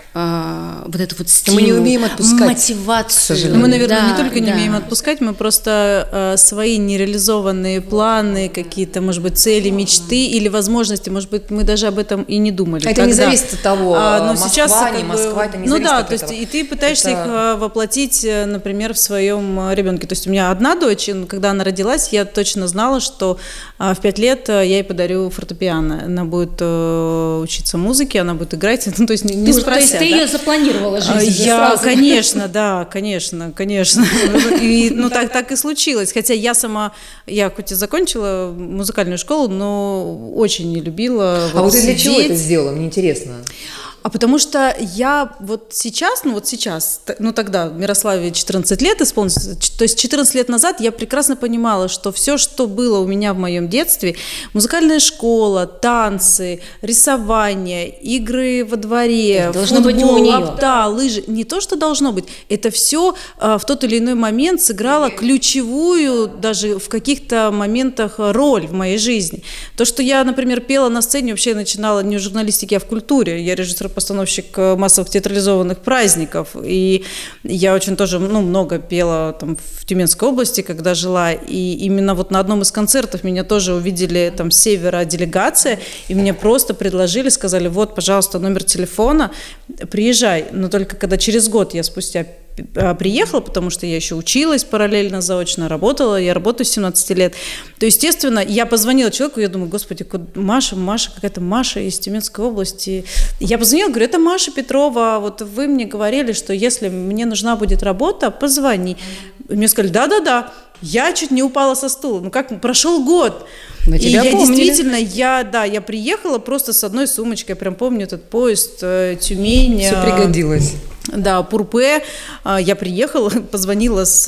а, вот эту вот стимул, Мы не умеем отпускать, мотивацию. к сожалению. Мы, наверное, Да, не только не да. умеем отпускать, мы просто э, свои нереализованные планы, какие-то, может быть, цели, мечты или возможности, может быть, мы даже об этом и не думали. Это не тогда. зависит от того, А, но Москва, сейчас, не как бы, Москва, это не ну зависит да, от то есть этого. и ты пытаешься Это- их э, воплотить, э, например, в своем ребенке. То есть у меня одна дочь, и когда она родилась, я точно знала, что э, в пять лет э, я ей подарю фортепиано. Она будет э, учиться музыке, она будет играть, ну то есть не, не Ну, то есть спрося, ты да. ее запланировала А, жизнь уже Я, сразу. конечно, да, конечно, конечно. И, ну, так, так и случилось. Хотя я сама, я хоть и закончила музыкальную школу, но очень не любила А вот ты для чего сидеть. это сделала? Мне интересно. А потому что я вот сейчас, ну вот сейчас, т- ну тогда Мирославе четырнадцать лет исполнилось, ч- то есть четырнадцать лет назад я прекрасно понимала, что все, что было у меня в моем детстве, музыкальная школа, танцы, рисование, игры во дворе, Должно футбол, быть у неё. лапта, лыжи, не то, что должно быть, это все в тот или иной момент сыграло ключевую даже в каких-то моментах роль в моей жизни. То, что я, например, пела на сцене, вообще начинала не в журналистике, а в культуре. Я режиссер-постановщик массовых театрализованных праздников, и я очень тоже, ну, много пела там в Тюменской области, когда жила, и именно вот на одном из концертов меня тоже увидели там с севера делегация, и мне просто предложили, сказали, вот, пожалуйста, номер телефона, приезжай, но только когда через год я спустя приехала, потому что я еще училась параллельно заочно, работала, я работаю с семнадцати лет, то, естественно, я позвонила человеку, я думаю, господи, Маша, Маша, какая-то Маша из Тюменской области. Я позвонила, говорю, это Маша Петрова, вот вы мне говорили, что если мне нужна будет работа, позвони. И мне сказали, да-да-да. Я чуть не упала со стула. Ну как, прошел год. Но И тебя я помнили. действительно, я, да, я приехала просто с одной сумочкой, я прям помню этот поезд, э, Тюмень. Все э, пригодилось. Да, Пурпе. А, Я приехала, позвонила с,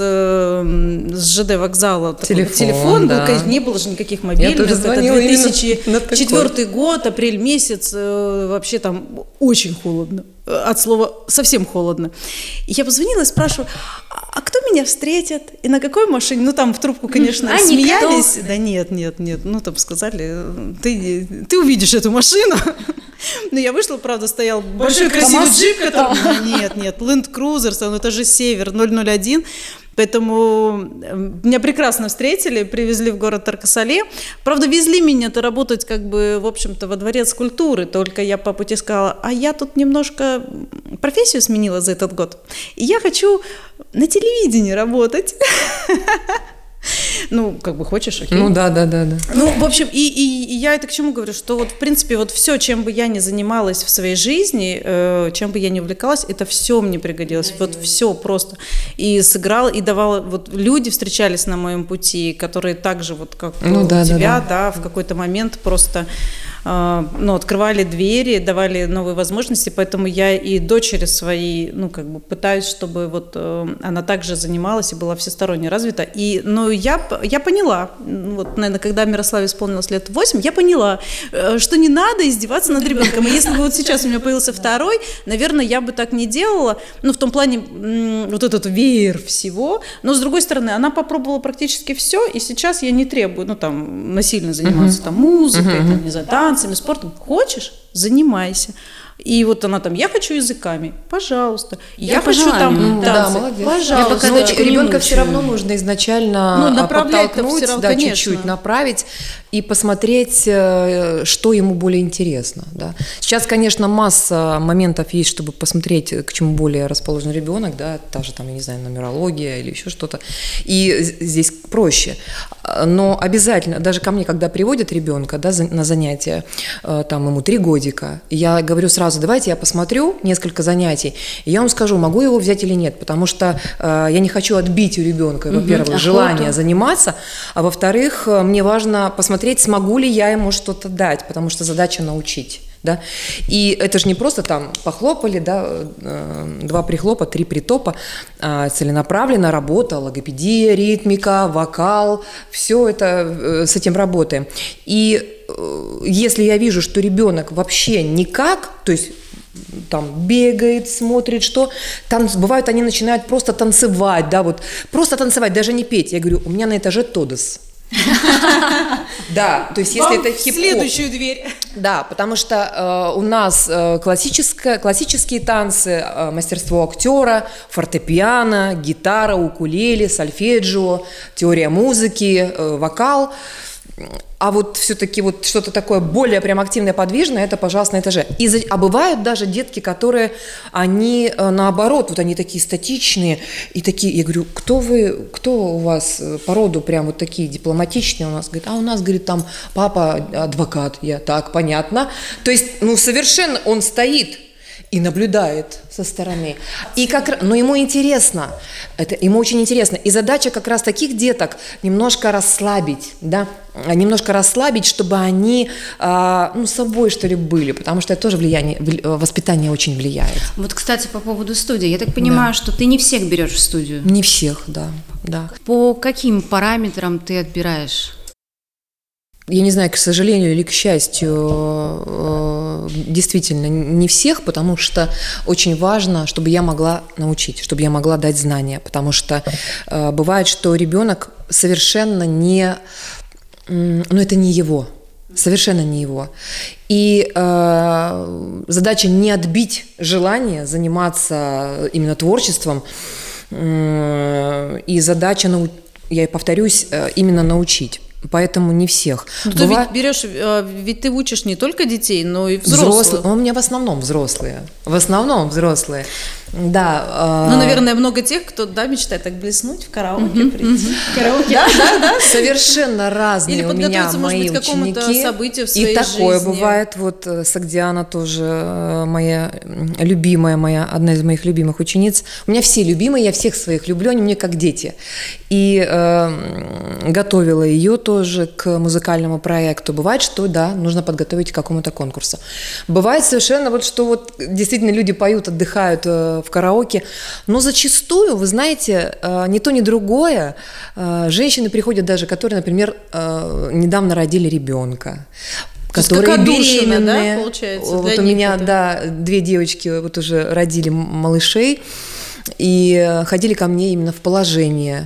э, с ЖД вокзала. Такой Телефон, телефон был, да. конечно, не было же никаких мобильных. тоже Это звонила две тысячи четвёртый именно год, апрель месяц. э, Вообще там очень холодно. От слова совсем холодно. И я позвонила и спрашиваю, а а кто меня встретит? И на какой машине? Ну, там в трубку, конечно, А смеялись. Да нет, нет, нет. Ну, там сказали, ты, ты увидишь эту машину. Но я вышла, правда, стоял большой красивый джип, который... Нет, нет, Land Cruiser, ну, это же Север, ноль ноль один. Поэтому меня прекрасно встретили, привезли в город Тарко-Сале. Правда, везли меня-то работать как бы, в общем-то, во дворец культуры. Только я по пути сказала, а я тут немножко профессию сменила за этот год. И я хочу на телевидении работать. Ну, как бы хочешь, окей. Ну да, да, да, да. Ну, в общем, и, и, и я это к чему говорю, что вот, в принципе, вот все, чем бы я ни занималась в своей жизни, э, чем бы я ни увлекалась, это все мне пригодилось, вот все просто. И сыграла, и давала, вот люди встречались на моем пути, которые также вот как Ну у да, да, тебя, да. да, в какой-то момент просто э, ну, открывали двери, давали новые возможности, поэтому я и дочери своей, ну, как бы пытаюсь, чтобы вот э, она также занималась и была всесторонне развита. И, ну, я, я поняла, вот, наверное, когда Мирославе исполнилось лет восемь, я поняла, э, что не надо издеваться над ребенком. И если бы вот сейчас у меня появился второй, наверное, я бы так не делала, ну, в том плане, м, вот этот веер всего, но, с другой стороны, она попробовала практически все, и сейчас я не требую, ну, там, насильно заниматься, там, музыкой, там, не знаю, танцами, спортом. Хочешь? Занимайся. И вот она там, я хочу языками, пожалуйста. Я, Я хочу пожелаю. там Ну, Да, танцы, молодец. пожалуйста. Я пока Ну, дочку не ребенка мучаю. все равно нужно изначально Ну, а, направлять-то подтолкнуть, всё равно, да, конечно. чуть-чуть направить и посмотреть, э, что ему более интересно. Да. Сейчас, конечно, масса моментов есть, чтобы посмотреть, к чему более расположен ребенок, да, та же там, я не знаю, нумерология или еще что-то. И з- здесь проще. Но обязательно, даже ко мне, когда приводят ребенка, да, за- на занятия, э, там ему три годика, я говорю сразу, давайте я посмотрю несколько занятий, и я вам скажу, могу его взять или нет, потому что э, я не хочу отбить у ребенка, во-первых, охоту. желание заниматься, а во-вторых, э, мне важно посмотреть, смогу ли я ему что-то дать, потому что задача научить. Да? И это же не просто там похлопали, да, два прихлопа, три притопа, а целенаправленная работа, логопедия, ритмика, вокал, все это с этим работаем. И если я вижу, что ребенок вообще никак, то есть там бегает, смотрит, что там бывают, они начинают просто танцевать, да, вот просто танцевать, даже не петь. Я говорю, у меня на этаже Тодос. Да, то есть если это хип-хоп. Следующую дверь. Да, потому что э, у нас э, классическое, классические танцы, э, мастерство актера, фортепиано, гитара, укулеле, сольфеджио, теория музыки, э, вокал. А вот все-таки вот что-то такое более прям активное, подвижное, это, пожалуйста, на этаже. И за... А бывают даже детки, которые, они наоборот, вот они такие статичные, и такие, я говорю, кто вы, кто у вас по роду прям вот такие дипломатичные? У нас, говорит, а у нас, говорит, там папа адвокат. Я, так, понятно. То есть, ну, совершенно он стоит и наблюдает со стороны. И как, но ему интересно, это ему очень интересно. И задача как раз таких деток немножко расслабить, да, немножко расслабить, чтобы они, а, ну, собой, что ли, были, потому что это тоже влияние, воспитание очень влияет. Вот, кстати, по поводу студии. Я так понимаю, да. что ты не всех берешь в студию? Не всех, да, да. По каким параметрам ты отбираешь? Я не знаю, к сожалению или к счастью, действительно не всех, потому что очень важно, чтобы я могла научить, чтобы я могла дать знания, потому что бывает, что ребенок совершенно не, ну это не его, совершенно не его. И э, задача не отбить желание заниматься именно творчеством, э, и задача, ну, я повторюсь, именно научить. Поэтому не всех. Ну, ты Быва... ведь берешь, ведь ты учишь не только детей, но и взрослых. Взрослые. У меня в основном взрослые. В основном взрослые. Да. Ну, наверное, много тех, кто, да, мечтает так блеснуть в караоке. Караоке. Да, да, да. Совершенно разные у меня мои ученики. Или подготовиться, может быть, к какому-то событию в своей жизни. И такое бывает. Вот Сагдиана тоже моя любимая, моя, одна из моих любимых учениц. У меня все любимые, я всех своих люблю, они мне как дети. И э, готовила ее тоже к музыкальному проекту. Бывает, что, да, нужно подготовить к какому-то конкурсу. Бывает совершенно вот, что вот действительно люди поют, отдыхают в караоке, но зачастую, вы знаете, ни то, ни другое, женщины приходят даже, которые, например, недавно родили ребенка, которые беременные. Да, получается, вот у меня, это. да, две девочки вот уже родили малышей, и ходили ко мне именно в положение.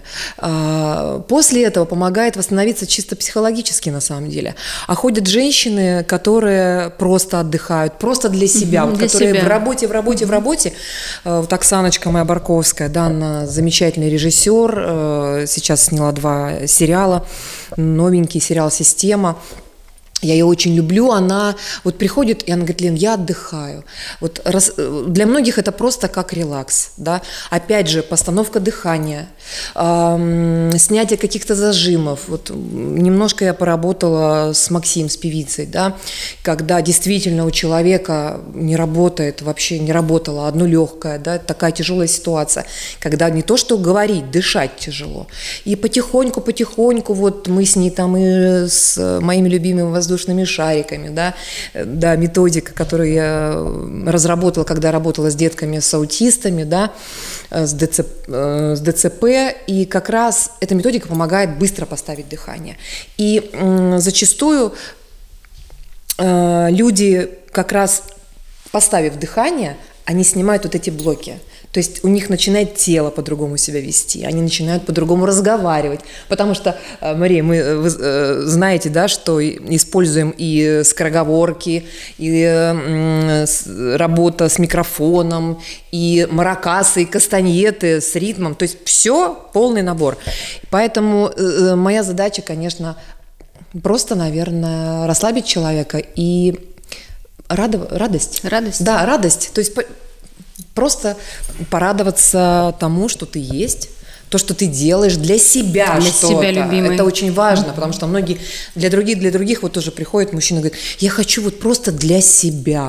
После этого помогает восстановиться чисто психологически, на самом деле. А ходят женщины, которые просто отдыхают, просто для себя, mm-hmm, вот, для которые себя. в работе, в работе, mm-hmm. в работе. Вот Оксаночка моя Барковская, да, она замечательный режиссер, сейчас сняла два сериала, новенький сериал «Система». Я ее очень люблю, она вот приходит, и она говорит, Лен, я отдыхаю. Вот раз, для многих это просто как релакс, да. Опять же, постановка дыхания, эм, снятие каких-то зажимов. Вот немножко я поработала с Максим, с певицей, да, когда действительно у человека не работает, вообще не работало одно легкое, да, такая тяжелая ситуация, когда не то что говорить, дышать тяжело. И потихоньку-потихоньку вот мы с ней там и с моими любимыми воздушными шариками, да, да, методика, которую я разработала, когда работала с детками с аутистами, да, с, ДЦ, с ДЦП, и как раз эта методика помогает быстро поставить дыхание. И м, зачастую э, люди как раз, поставив дыхание, они снимают вот эти блоки. То есть у них начинает тело по-другому себя вести, они начинают по-другому разговаривать. Потому что, Мария, мы, вы знаете, да, что используем и скороговорки, и работа с микрофоном, и маракасы, и кастаньеты с ритмом. То есть все полный набор. Поэтому моя задача, конечно, просто, наверное, расслабить человека и радов... радость. Радость. Да, радость. То есть просто порадоваться тому, что ты есть, то, что ты делаешь для себя, для что-то. себя, любимый. Это очень важно, потому что многие, для других, для других вот тоже приходят мужчины и говорят, я хочу вот просто для себя.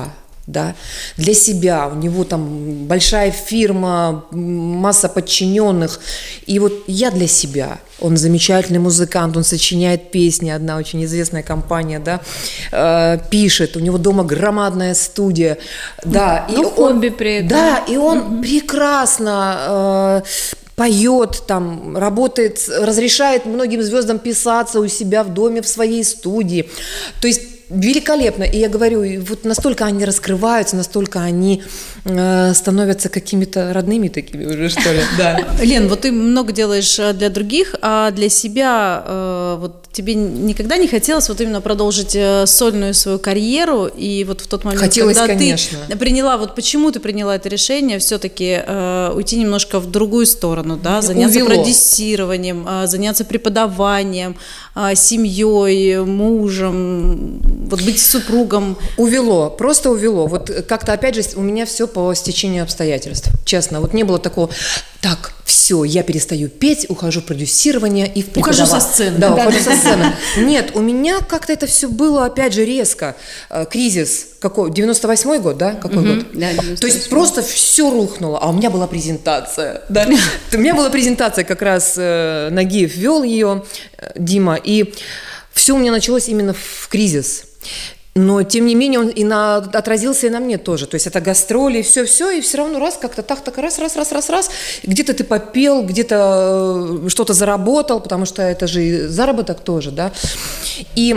да, для себя, у него там большая фирма, масса подчиненных, и вот я для себя. Он замечательный музыкант, он сочиняет песни, одна очень известная компания, да, э, пишет, у него дома громадная студия, да, ну, и хобби он, при этом. Да, и он mm-hmm. прекрасно э, поет, там, работает, разрешает многим звездам писаться у себя в доме, в своей студии, то есть великолепно. И я говорю, вот настолько они раскрываются, настолько они э, становятся какими-то родными такими уже, что ли. Да. Лен, вот ты много делаешь для других, а для себя э, вот тебе никогда не хотелось вот именно продолжить э, сольную свою карьеру? И вот в тот момент, хотелось, когда конечно. ты приняла, вот почему ты приняла это решение все-таки э, уйти немножко в другую сторону, да, заняться Увело. продюсированием, э, заняться преподаванием, э, семьей, мужем, вот быть супругом? Увело, просто увело. Вот как-то, опять же, у меня все по стечению обстоятельств. Честно, вот не было такого, так, все, я перестаю петь, ухожу в продюсирование и в преподавание. Ухожу со сцены. Да, ухожу со сцены. Нет, у меня как-то это все было, опять же, резко. Кризис, какой, девяносто восьмой год, да? Какой Угу, год? да, То есть просто все рухнуло, а у меня была презентация. Да? У меня была презентация, как раз э, Нагиев вел ее, Дима, и все у меня началось именно в кризис. Но, тем не менее, он и на, отразился и на мне тоже. То есть это гастроли, все-все, и все равно раз как-то так, так, раз, раз, раз, раз, раз. Где-то ты попел, где-то что-то заработал, потому что это же и заработок тоже, да. И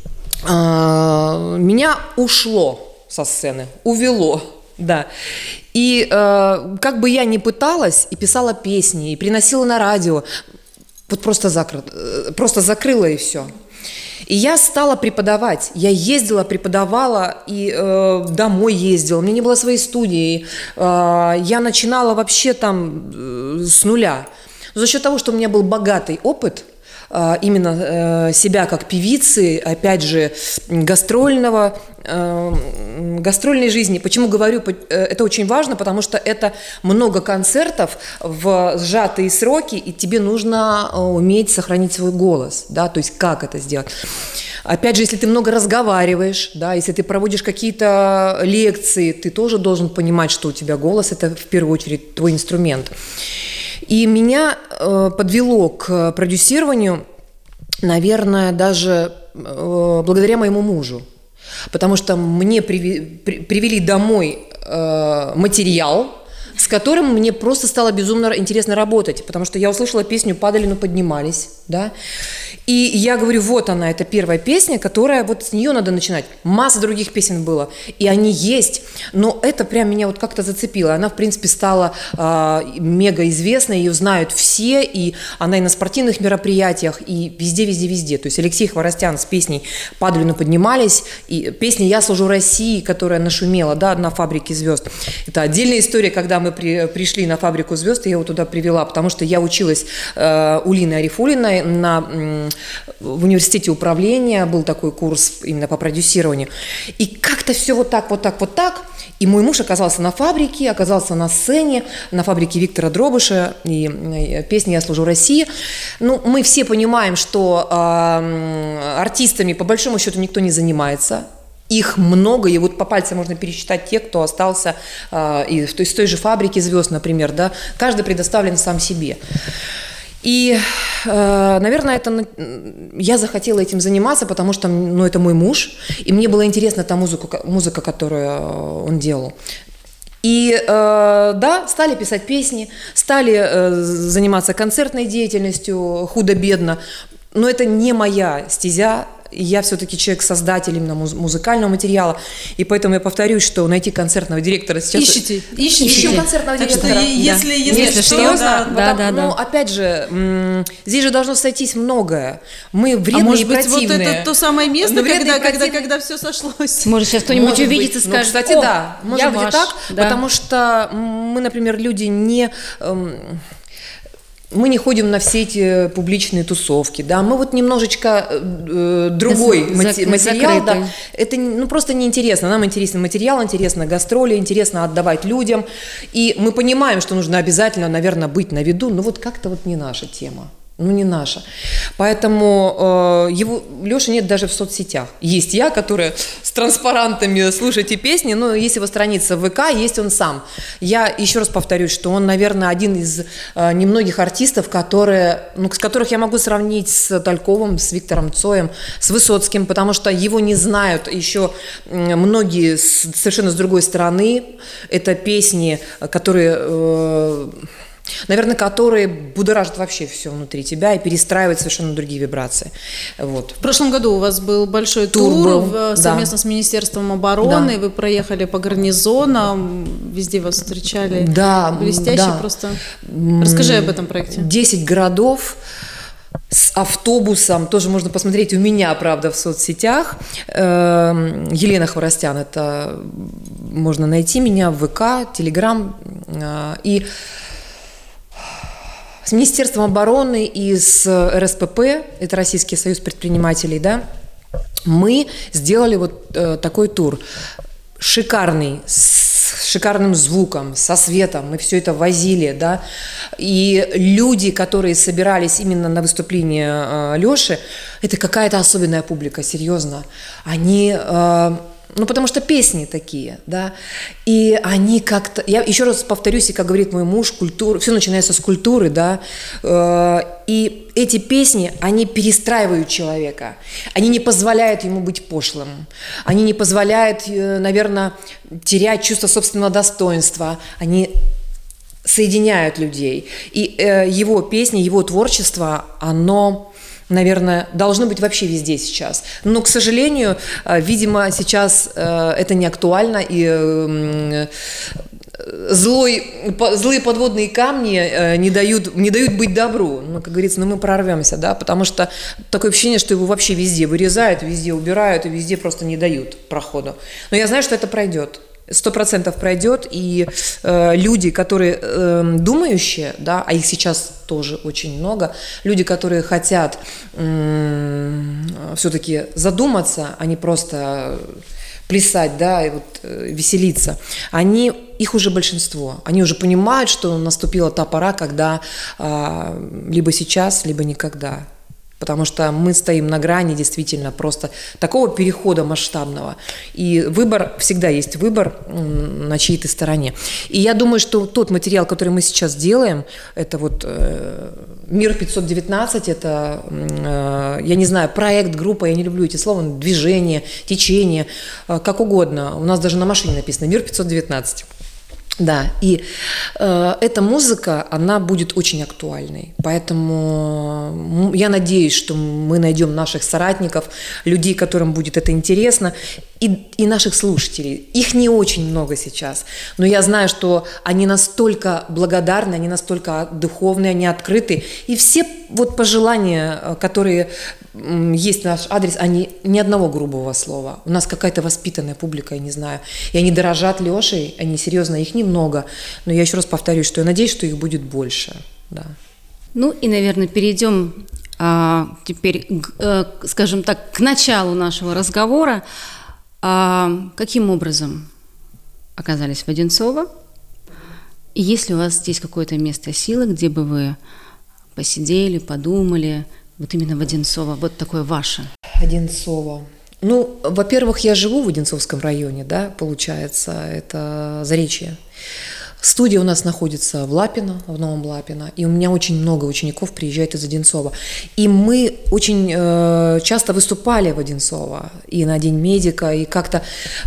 э, меня ушло со сцены, увело, да. И э, как бы я ни пыталась, и писала песни, и приносила на радио, вот просто, закры, просто закрыла и все. И я стала преподавать. Я ездила, преподавала и э, домой ездила. У меня не было своей студии. Э, я начинала вообще там э, с нуля. Но за счет того, что у меня был богатый опыт, э, именно э, себя как певицы, опять же, гастрольного, э, гастрольной жизни. Почему говорю, это очень важно, потому что это много концертов в сжатые сроки, и тебе нужно уметь сохранить свой голос, да, то есть как это сделать. Опять же, если ты много разговариваешь, да, если ты проводишь какие-то лекции, ты тоже должен понимать, что у тебя голос – это в первую очередь твой инструмент. И меня э, подвело к продюсированию, наверное, даже э, благодаря моему мужу. Потому что мне привели домой э, материал, с которым мне просто стало безумно интересно работать, потому что я услышала песню «Падали, но поднимались», да, и я говорю, вот она, это первая песня, которая, вот с нее надо начинать. Масса других песен было, и они есть, но это прям меня вот как-то зацепило. Она, в принципе, стала э, мега известной, ее знают все, и она и на спортивных мероприятиях, и везде-везде-везде. То есть Алексей Хворостян с песней «Падали, но поднимались», и песня «Я служу России», которая нашумела, да, на «Фабрике звезд». Это отдельная история, когда мы при, пришли на «Фабрику звезд», я его туда привела, потому что я училась э, у Лины Арифулиной на, э, в университете управления, был такой курс именно по продюсированию. И как-то все вот так, вот так, вот так. И мой муж оказался на фабрике, оказался на сцене, на фабрике Виктора Дробыша, и, и песня «Я служу России». Ну, мы все понимаем, что э, артистами по большому счету никто не занимается. Их много, и вот по пальцам можно пересчитать тех, кто остался э, из, из той же «Фабрики звезд», например, да, каждый предоставлен сам себе. И, э, наверное, это, я захотела этим заниматься, потому что, ну, это мой муж, и мне была интересна та музыка, музыка, которую он делал. И э, да, стали писать песни, стали э, заниматься концертной деятельностью худо-бедно, но это не моя стезя. Я все-таки человек-создатель именно муз- музыкального материала, и поэтому я повторюсь, что найти концертного директора сейчас... Ищите, ищите. Ищем концертного Так директора. Что, если, Да. если, Если что, что, да, да, вот да, Ну, да. опять же, м- здесь же должно сойтись многое. Мы вредные А может и быть, противные. вот это то самое место, Мы вредные когда, и когда, противные. когда все сошлось. Может, сейчас кто-нибудь Может увидит и быть. Ну, скажет, кстати, «О, да, может я быть ваш». и так, Да. потому что мы, например, люди не... эм, мы не ходим на все эти публичные тусовки, да, мы вот немножечко э, другой Зак- мати- материал, закрытый. да, это ну, просто неинтересно, нам интересен материал, интересно гастроли, интересно отдавать людям, и мы понимаем, что нужно обязательно, наверное, быть на виду, но вот как-то вот не наша тема. Ну, не наша. Поэтому э, его, Лёши нет даже в соцсетях. Есть я, которая с транспарантами «Слушайте песни», но есть его страница в ВК, есть он сам. Я еще раз повторюсь, что он, наверное, один из э, немногих артистов, которые, ну, с которых я могу сравнить с Тальковым, с Виктором Цоем, с Высоцким, потому что его не знают еще многие с, совершенно с другой стороны. Это песни, которые... Э, Наверное, которые будоражат вообще все внутри тебя и перестраивают совершенно другие вибрации. Вот. В прошлом году у вас был большой Тур тур, был, в- совместно да. с Министерством обороны. Да. Вы проехали по гарнизонам, везде вас встречали. Да, Блестяще да. просто. Расскажи об этом проекте. десять городов с автобусом, тоже можно посмотреть у меня, правда, в соцсетях. Эм, Елена Хворостян, это можно найти меня в ВК, Телеграм. Э, И с Министерством обороны и с эр эс пэ пэ, это Российский союз предпринимателей, да, мы сделали вот э, такой тур. Шикарный, с шикарным звуком, со светом, мы все это возили, да, и люди, которые собирались именно на выступление э, Лёши, это какая-то особенная публика, серьезно, они... Э, Ну, потому что песни такие, да, и они как-то, я еще раз повторюсь, и как говорит мой муж, культура, все начинается с культуры, да, э, и эти песни, они перестраивают человека, они не позволяют ему быть пошлым, они не позволяют, э, наверное, терять чувство собственного достоинства, они соединяют людей, и э, его песни, его творчество, оно... наверное, должно быть вообще везде сейчас. Но, к сожалению, видимо, сейчас это не актуально, и злой, злые подводные камни не дают, не дают быть добру. Ну, как говорится, ну, мы прорвемся, да, потому что такое ощущение, что его вообще везде вырезают, везде убирают, и везде просто не дают проходу. Но я знаю, что это пройдет. Сто процентов пройдет, и э, люди, которые э, думающие, да, а их сейчас тоже очень много, люди, которые хотят э, все-таки задуматься, а не просто плясать, да, и вот э, веселиться, они, их уже большинство, они уже понимают, что наступила та пора, когда э, либо сейчас, либо никогда. Потому что мы стоим на грани действительно просто такого перехода масштабного. И выбор, всегда есть выбор на чьей-то стороне. И я думаю, что тот материал, который мы сейчас делаем, это вот э, «Мир пятьсот девятнадцать», это, э, я не знаю, проект, группа, я не люблю эти слова, движение, течение, э, как угодно. У нас даже на машине написано «Мир пятьсот девятнадцать». Да, и э, эта музыка, она будет очень актуальной, поэтому я надеюсь, что мы найдем наших соратников, людей, которым будет это интересно, и, и наших слушателей. Их не очень много сейчас, но я знаю, что они настолько благодарны, они настолько духовные, они открыты, и все вот пожелания, которые есть наш адрес, они ни одного грубого слова. У нас какая-то воспитанная публика, я не знаю. И они дорожат Лешей, они серьезно, их немного. Но я еще раз повторюсь, что я надеюсь, что их будет больше. Да. Ну и, наверное, перейдем а, теперь, а, скажем так, к началу нашего разговора. А, каким образом оказались в Одинцово? И есть ли у вас здесь какое-то место силы, где бы вы посидели, подумали, вот именно в Одинцово, вот такое ваше? Одинцово. Ну, во-первых, я живу в Одинцовском районе, да, получается, это Заречье. Студия у нас находится в Лапино, в Новом Лапино, и у меня очень много учеников приезжает из Одинцова. И мы очень э, часто выступали в Одинцово, и на День медика, и как-то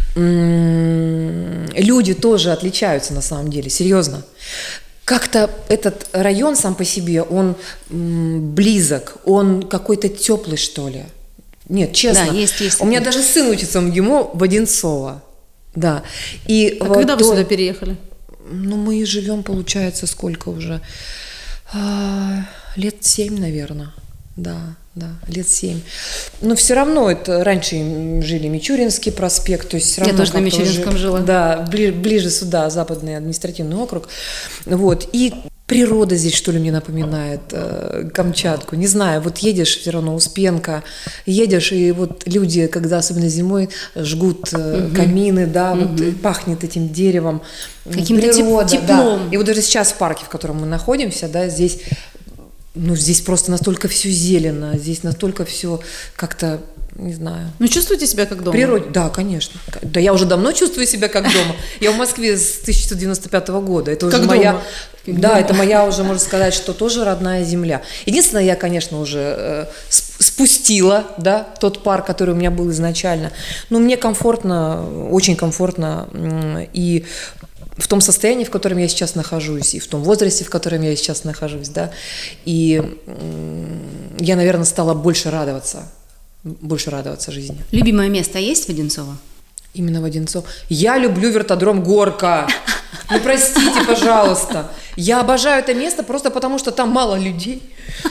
м- люди тоже отличаются на самом деле, серьезно. Как-то этот район сам по себе, он м, близок, он какой-то теплый, что ли. Нет, честно. Да, есть, есть. У меня даже сын учится в МГИМО в Одинцово. Да. И А вот когда вы то- сюда переехали? Ну, мы и живем, получается, сколько уже? А, лет семь, наверное. Да, да, лет семь. Но все равно это раньше жили Мичуринский проспект, то есть все Я равно тоже на как-то Мичуринском уже- жила. Да, ближе, ближе сюда, западный административный округ. Вот. И природа здесь, что ли, мне напоминает э, Камчатку. Не знаю, вот едешь все равно Успенка, едешь, и вот люди, когда особенно зимой жгут э, Мгм. камины, да, Мгм. вот и пахнет этим деревом. Каким-то теп- Природа, теплом. да. И вот даже сейчас в парке, в котором мы находимся, да, здесь ну, здесь просто настолько все зелено, здесь настолько все как-то, не знаю. Ну, чувствуете себя как дома? Природе, да, конечно. Да, я уже давно чувствую себя как дома. Я в Москве с тысяча девятьсот девяносто пятого года. Это уже Как моя, дома. да, дома. это моя уже, можно сказать, что тоже родная земля. Единственное, я, конечно, уже э, спустила, да, тот пар, который у меня был изначально. Но мне комфортно, очень комфортно и в том состоянии, в котором я сейчас нахожусь, и в том возрасте, в котором я сейчас нахожусь, да. И я, наверное, стала больше радоваться. больше радоваться жизни. Любимое место есть в Одинцово? Именно в Одинцово. Я люблю вертодром Горка. Ну, простите, пожалуйста. Я обожаю это место просто потому, что там мало людей.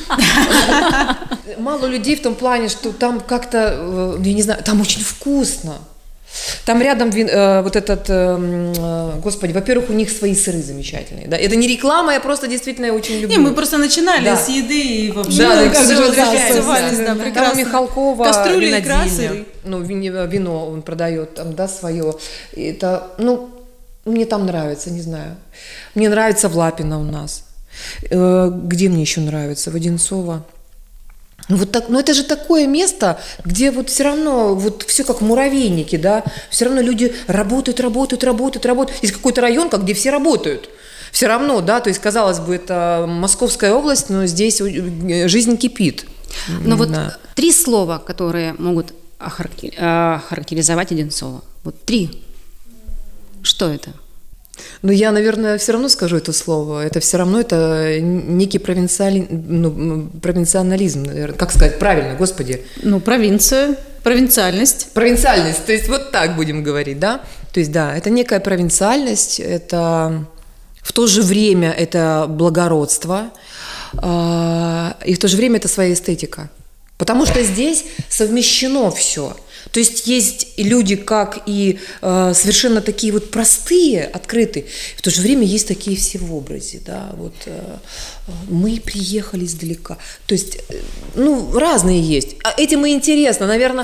Мало людей в том плане, что там как-то, я не знаю, там очень вкусно. Там рядом э, вот этот, э, господи, во-первых, у них свои сыры замечательные. Да? Это не реклама, я просто действительно очень люблю. Не, мы просто начинали да. с еды и вообще да, ну, как же же возвращались, да, да, прекрасно. Там у Михалкова Кастрюли, икра, винодельня. сыры. Ну, вино он продает там, да, свое. И это, ну, мне там нравится, не знаю. Мне нравится в Лапино у нас. Э, где мне еще нравится? В Одинцово. Ну, вот так, ну это же такое место, где вот все равно вот все как в муравейнике, да, все равно люди работают, работают, работают, работают. Есть какой-то район, где все работают. Все равно, да, то есть, казалось бы, это Московская область, но здесь жизнь кипит. Но вот да. три слова, которые могут охарактеризовать Одинцово. Вот три. Что это? Ну, я, наверное, все равно скажу это слово. Это все равно это некий провинциали... ну, провинционализм, наверное. Как сказать правильно, господи? Ну, провинция, провинциальность. Провинциальность, то есть вот так будем говорить, да? То есть, да, это некая провинциальность, это в то же время это благородство, и в то же время это своя эстетика. Потому что здесь совмещено все. То есть есть люди, как и э, совершенно такие вот простые, открытые, в то же время есть такие все в образе, да, вот э, мы приехали издалека, то есть, э, ну, разные есть, а этим и интересно, наверное,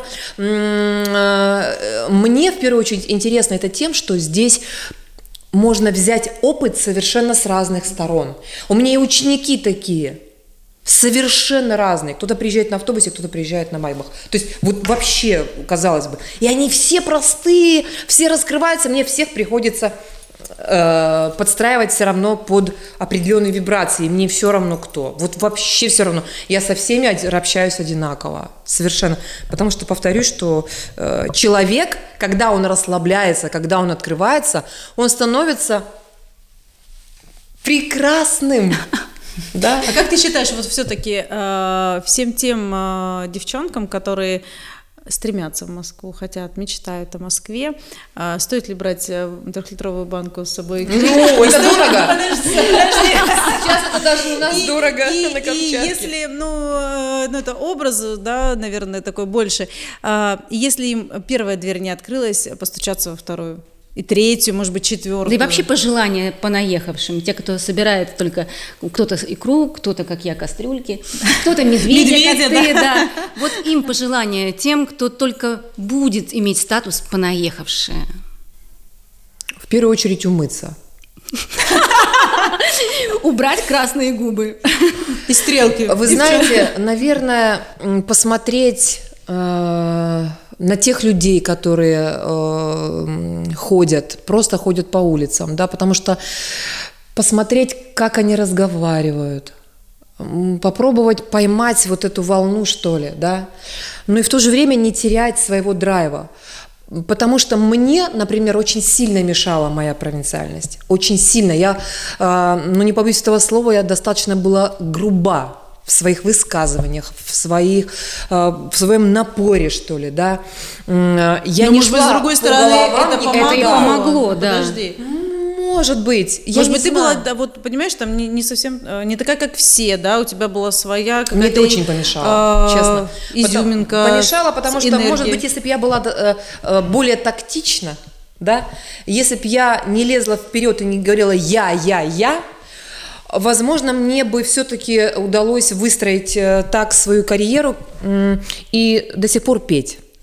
э, мне в первую очередь интересно это тем, что здесь можно взять опыт совершенно с разных сторон, у меня и ученики такие, совершенно разные. Кто-то приезжает на автобусе, кто-то приезжает на майбах. То есть вот вообще, казалось бы. И они все простые, все раскрываются. Мне всех приходится э, подстраивать все равно под определенные вибрации. Мне все равно кто. Вот вообще все равно. Я со всеми общаюсь одинаково. Совершенно. Потому что повторюсь, что э, человек, когда он расслабляется, когда он открывается, он становится прекрасным. Да? А как ты считаешь, вот все-таки э, всем тем э, девчонкам, которые стремятся в Москву, хотят, мечтают о Москве, э, стоит ли брать трехлитровую банку с собой? Ну, это дорого. Подожди, подожди. Сейчас это даже у нас и, дорого и, на Камчатке. И если, ну, ну, это образ, да, наверное, такой больше. Э, если им первая дверь не открылась, постучаться во вторую. И третью, может быть, четвертую. Да и вообще пожелания понаехавшим. Те, кто собирает только кто-то икру, кто-то, как я, кастрюльки, кто-то медведя, Медведя, как ты, да. да. Вот им пожелания тем, кто только будет иметь статус понаехавшие. В первую очередь умыться. Убрать красные губы. И стрелки. Вы знаете, наверное, посмотреть э, на тех людей, которые э, ходят, просто ходят по улицам, да, потому что посмотреть, как они разговаривают, попробовать поймать вот эту волну, что ли, да, но и в то же время не терять своего драйва. Потому что мне, например, очень сильно мешала моя провинциальность. Очень сильно. Я, э, ну не побоюсь этого слова, я достаточно была груба в своих высказываниях, в, своих, э, в своем напоре, что ли, да. Я Но, не может шла быть, с другой по стороны, головам, это и помогло. Это и помогло, да. Подожди. Может быть. Я Может не быть, ты знаю. была, да, вот понимаешь, там не, не совсем, э, не такая, как все, да, у тебя была своя какая-то... Мне это очень помешало, э, честно. Изюминка. Потом- Помешало, потому что, энергия. может быть, если бы я была э, э, более тактична, да, если бы я не лезла вперед и не говорила «я, я, я», возможно, мне бы все-таки удалось выстроить э, так свою карьеру м, и до сих пор петь.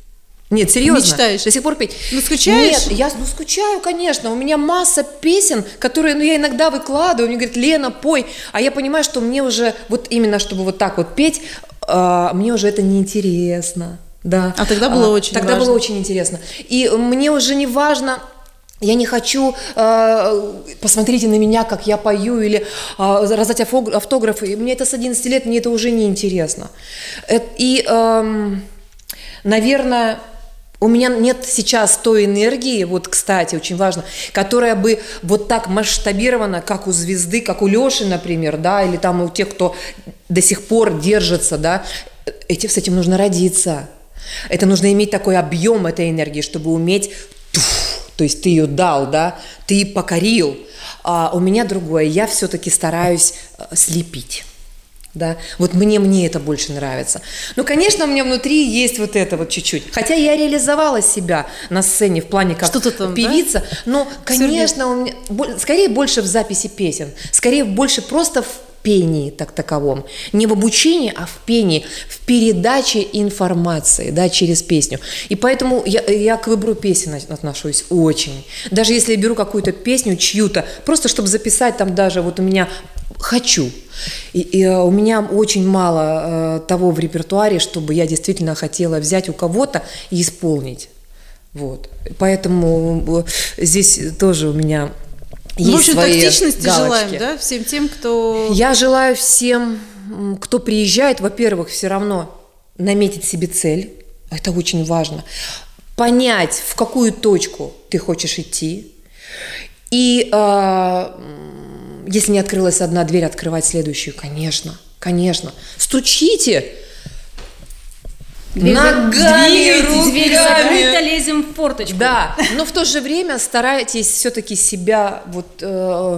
Нет, серьезно. Мечтаешь? До сих пор петь. Ну, скучаешь? Нет, я ну, скучаю, конечно. У меня масса песен, которые ну, я иногда выкладываю. Мне говорят, Лена, пой. А я понимаю, что мне уже, вот именно чтобы вот так вот петь, э, мне уже это неинтересно. Да. А тогда было очень Тогда важно. было очень интересно. И мне уже не важно... Я не хочу, э, посмотрите на меня, как я пою, или э, раздать автографы. Мне это с одиннадцати лет, мне это уже не интересно. И, э, наверное... У меня нет сейчас той энергии, вот, кстати, очень важно, которая бы вот так масштабирована, как у звезды, как у Лёши, например, да, или там у тех, кто до сих пор держится, да, эти, с этим нужно родиться. Это нужно иметь такой объем этой энергии, чтобы уметь, туф, то есть ты ее дал, да, ты покорил. А у меня другое, я все-таки стараюсь слепить. Да, вот мне, мне это больше нравится. Ну, конечно, у меня внутри есть вот это вот чуть-чуть. Хотя я реализовала себя на сцене в плане как Что-то там, певица, да? но, конечно, у меня, скорее больше в записи песен, скорее больше просто в пении так таковом. Не в обучении, а в пении, в передаче информации, да, через песню. И поэтому я, я к выбору песен отношусь очень. Даже если я беру какую-то песню, чью-то, просто чтобы записать там даже, вот у меня «хочу». И, и у меня очень мало э, того в репертуаре, чтобы я действительно хотела взять у кого-то и исполнить. Вот. Поэтому здесь тоже у меня есть В общем, свои тактичности галочки. желаем, да, всем тем, кто... Я желаю всем, кто приезжает, во-первых, все равно наметить себе цель. Это очень важно. Понять, в какую точку ты хочешь идти. И э, если не открылась одна дверь, открывать следующую. Конечно, конечно. Стучите Дверь ногами, руками. Дверь закрыта, лезем в форточку. Да, но в то же время старайтесь все-таки себя вот, э,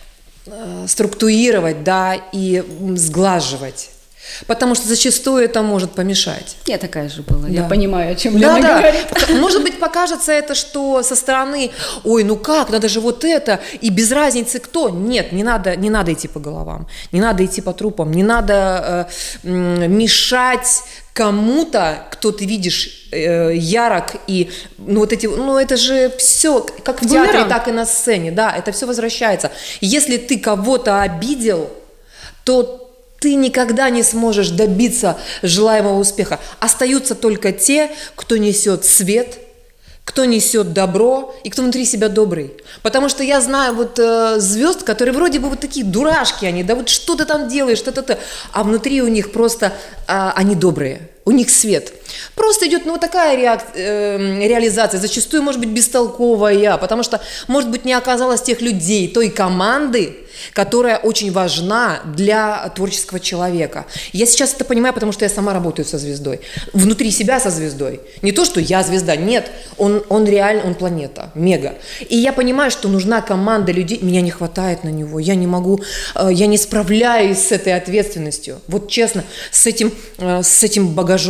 э, структурировать, да, и сглаживать. Потому что зачастую это может помешать. Я такая же была, Да. я понимаю, о чем Да, Лена да. говорит. Может быть, покажется это, что со стороны, ой, ну как, надо же вот это, и без разницы кто. Нет, не надо, не надо идти по головам, не надо идти по трупам, не надо э, мешать кому-то, кто ты видишь э, ярок, и ну вот эти, ну это же все, как в театре, Бумеранг. так и на сцене, да, это все возвращается. Если ты кого-то обидел, то ты никогда не сможешь добиться желаемого успеха. Остаются только те, кто несет свет, кто несет добро и кто внутри себя добрый. Потому что я знаю вот э, звезд, которые вроде бы вот такие дурашки они, да вот что ты там делаешь, что-то, а внутри у них просто э, они добрые. У них свет. Просто идет ну, вот такая реак... э, реализация, зачастую, может быть, бестолковая, потому что, может быть, не оказалось тех людей, той команды, которая очень важна для творческого человека. Я сейчас это понимаю, потому что я сама работаю со звездой. Внутри себя со звездой. Не то, что я звезда, нет. Он, он реально, он планета, мега. И я понимаю, что нужна команда людей. Меня не хватает на него. Я не могу, э, я не справляюсь с этой ответственностью. Вот честно, с этим, э, с этим багажом.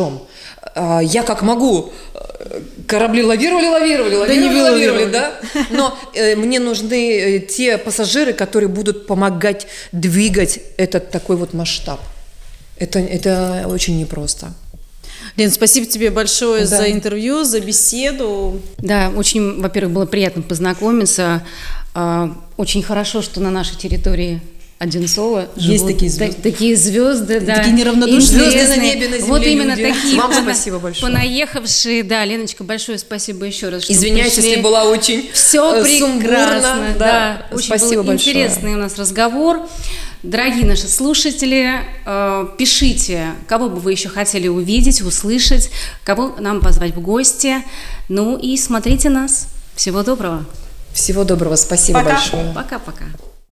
Я как могу, корабли лавировали, лавировали, лавировали, не лавировали, вылавировали. да? Но э, мне нужны э, те пассажиры, которые будут помогать двигать этот такой вот масштаб. Это, это очень непросто. Лен, спасибо тебе большое Да. за интервью, за беседу. Да, очень, во-первых, было приятно познакомиться. А, Очень хорошо, что на нашей территории Одинцово Есть живут такие звезды. та- такие звезды, да. Такие неравнодушные. Интересные. Звезды на небе, на земле Вот именно люди. такие. Вам пона- спасибо большое. Понаехавшие, да, Леночка, большое спасибо еще раз. что Извиняюсь, пришли. если была очень Все э, прекрасно, сумбурно. да. Очень Спасибо был большое. интересный у нас разговор. Дорогие наши слушатели, э, пишите, кого бы вы еще хотели увидеть, услышать, кого нам позвать в гости. Ну и смотрите нас. Всего доброго. Всего доброго, спасибо Пока. большое. Пока-пока.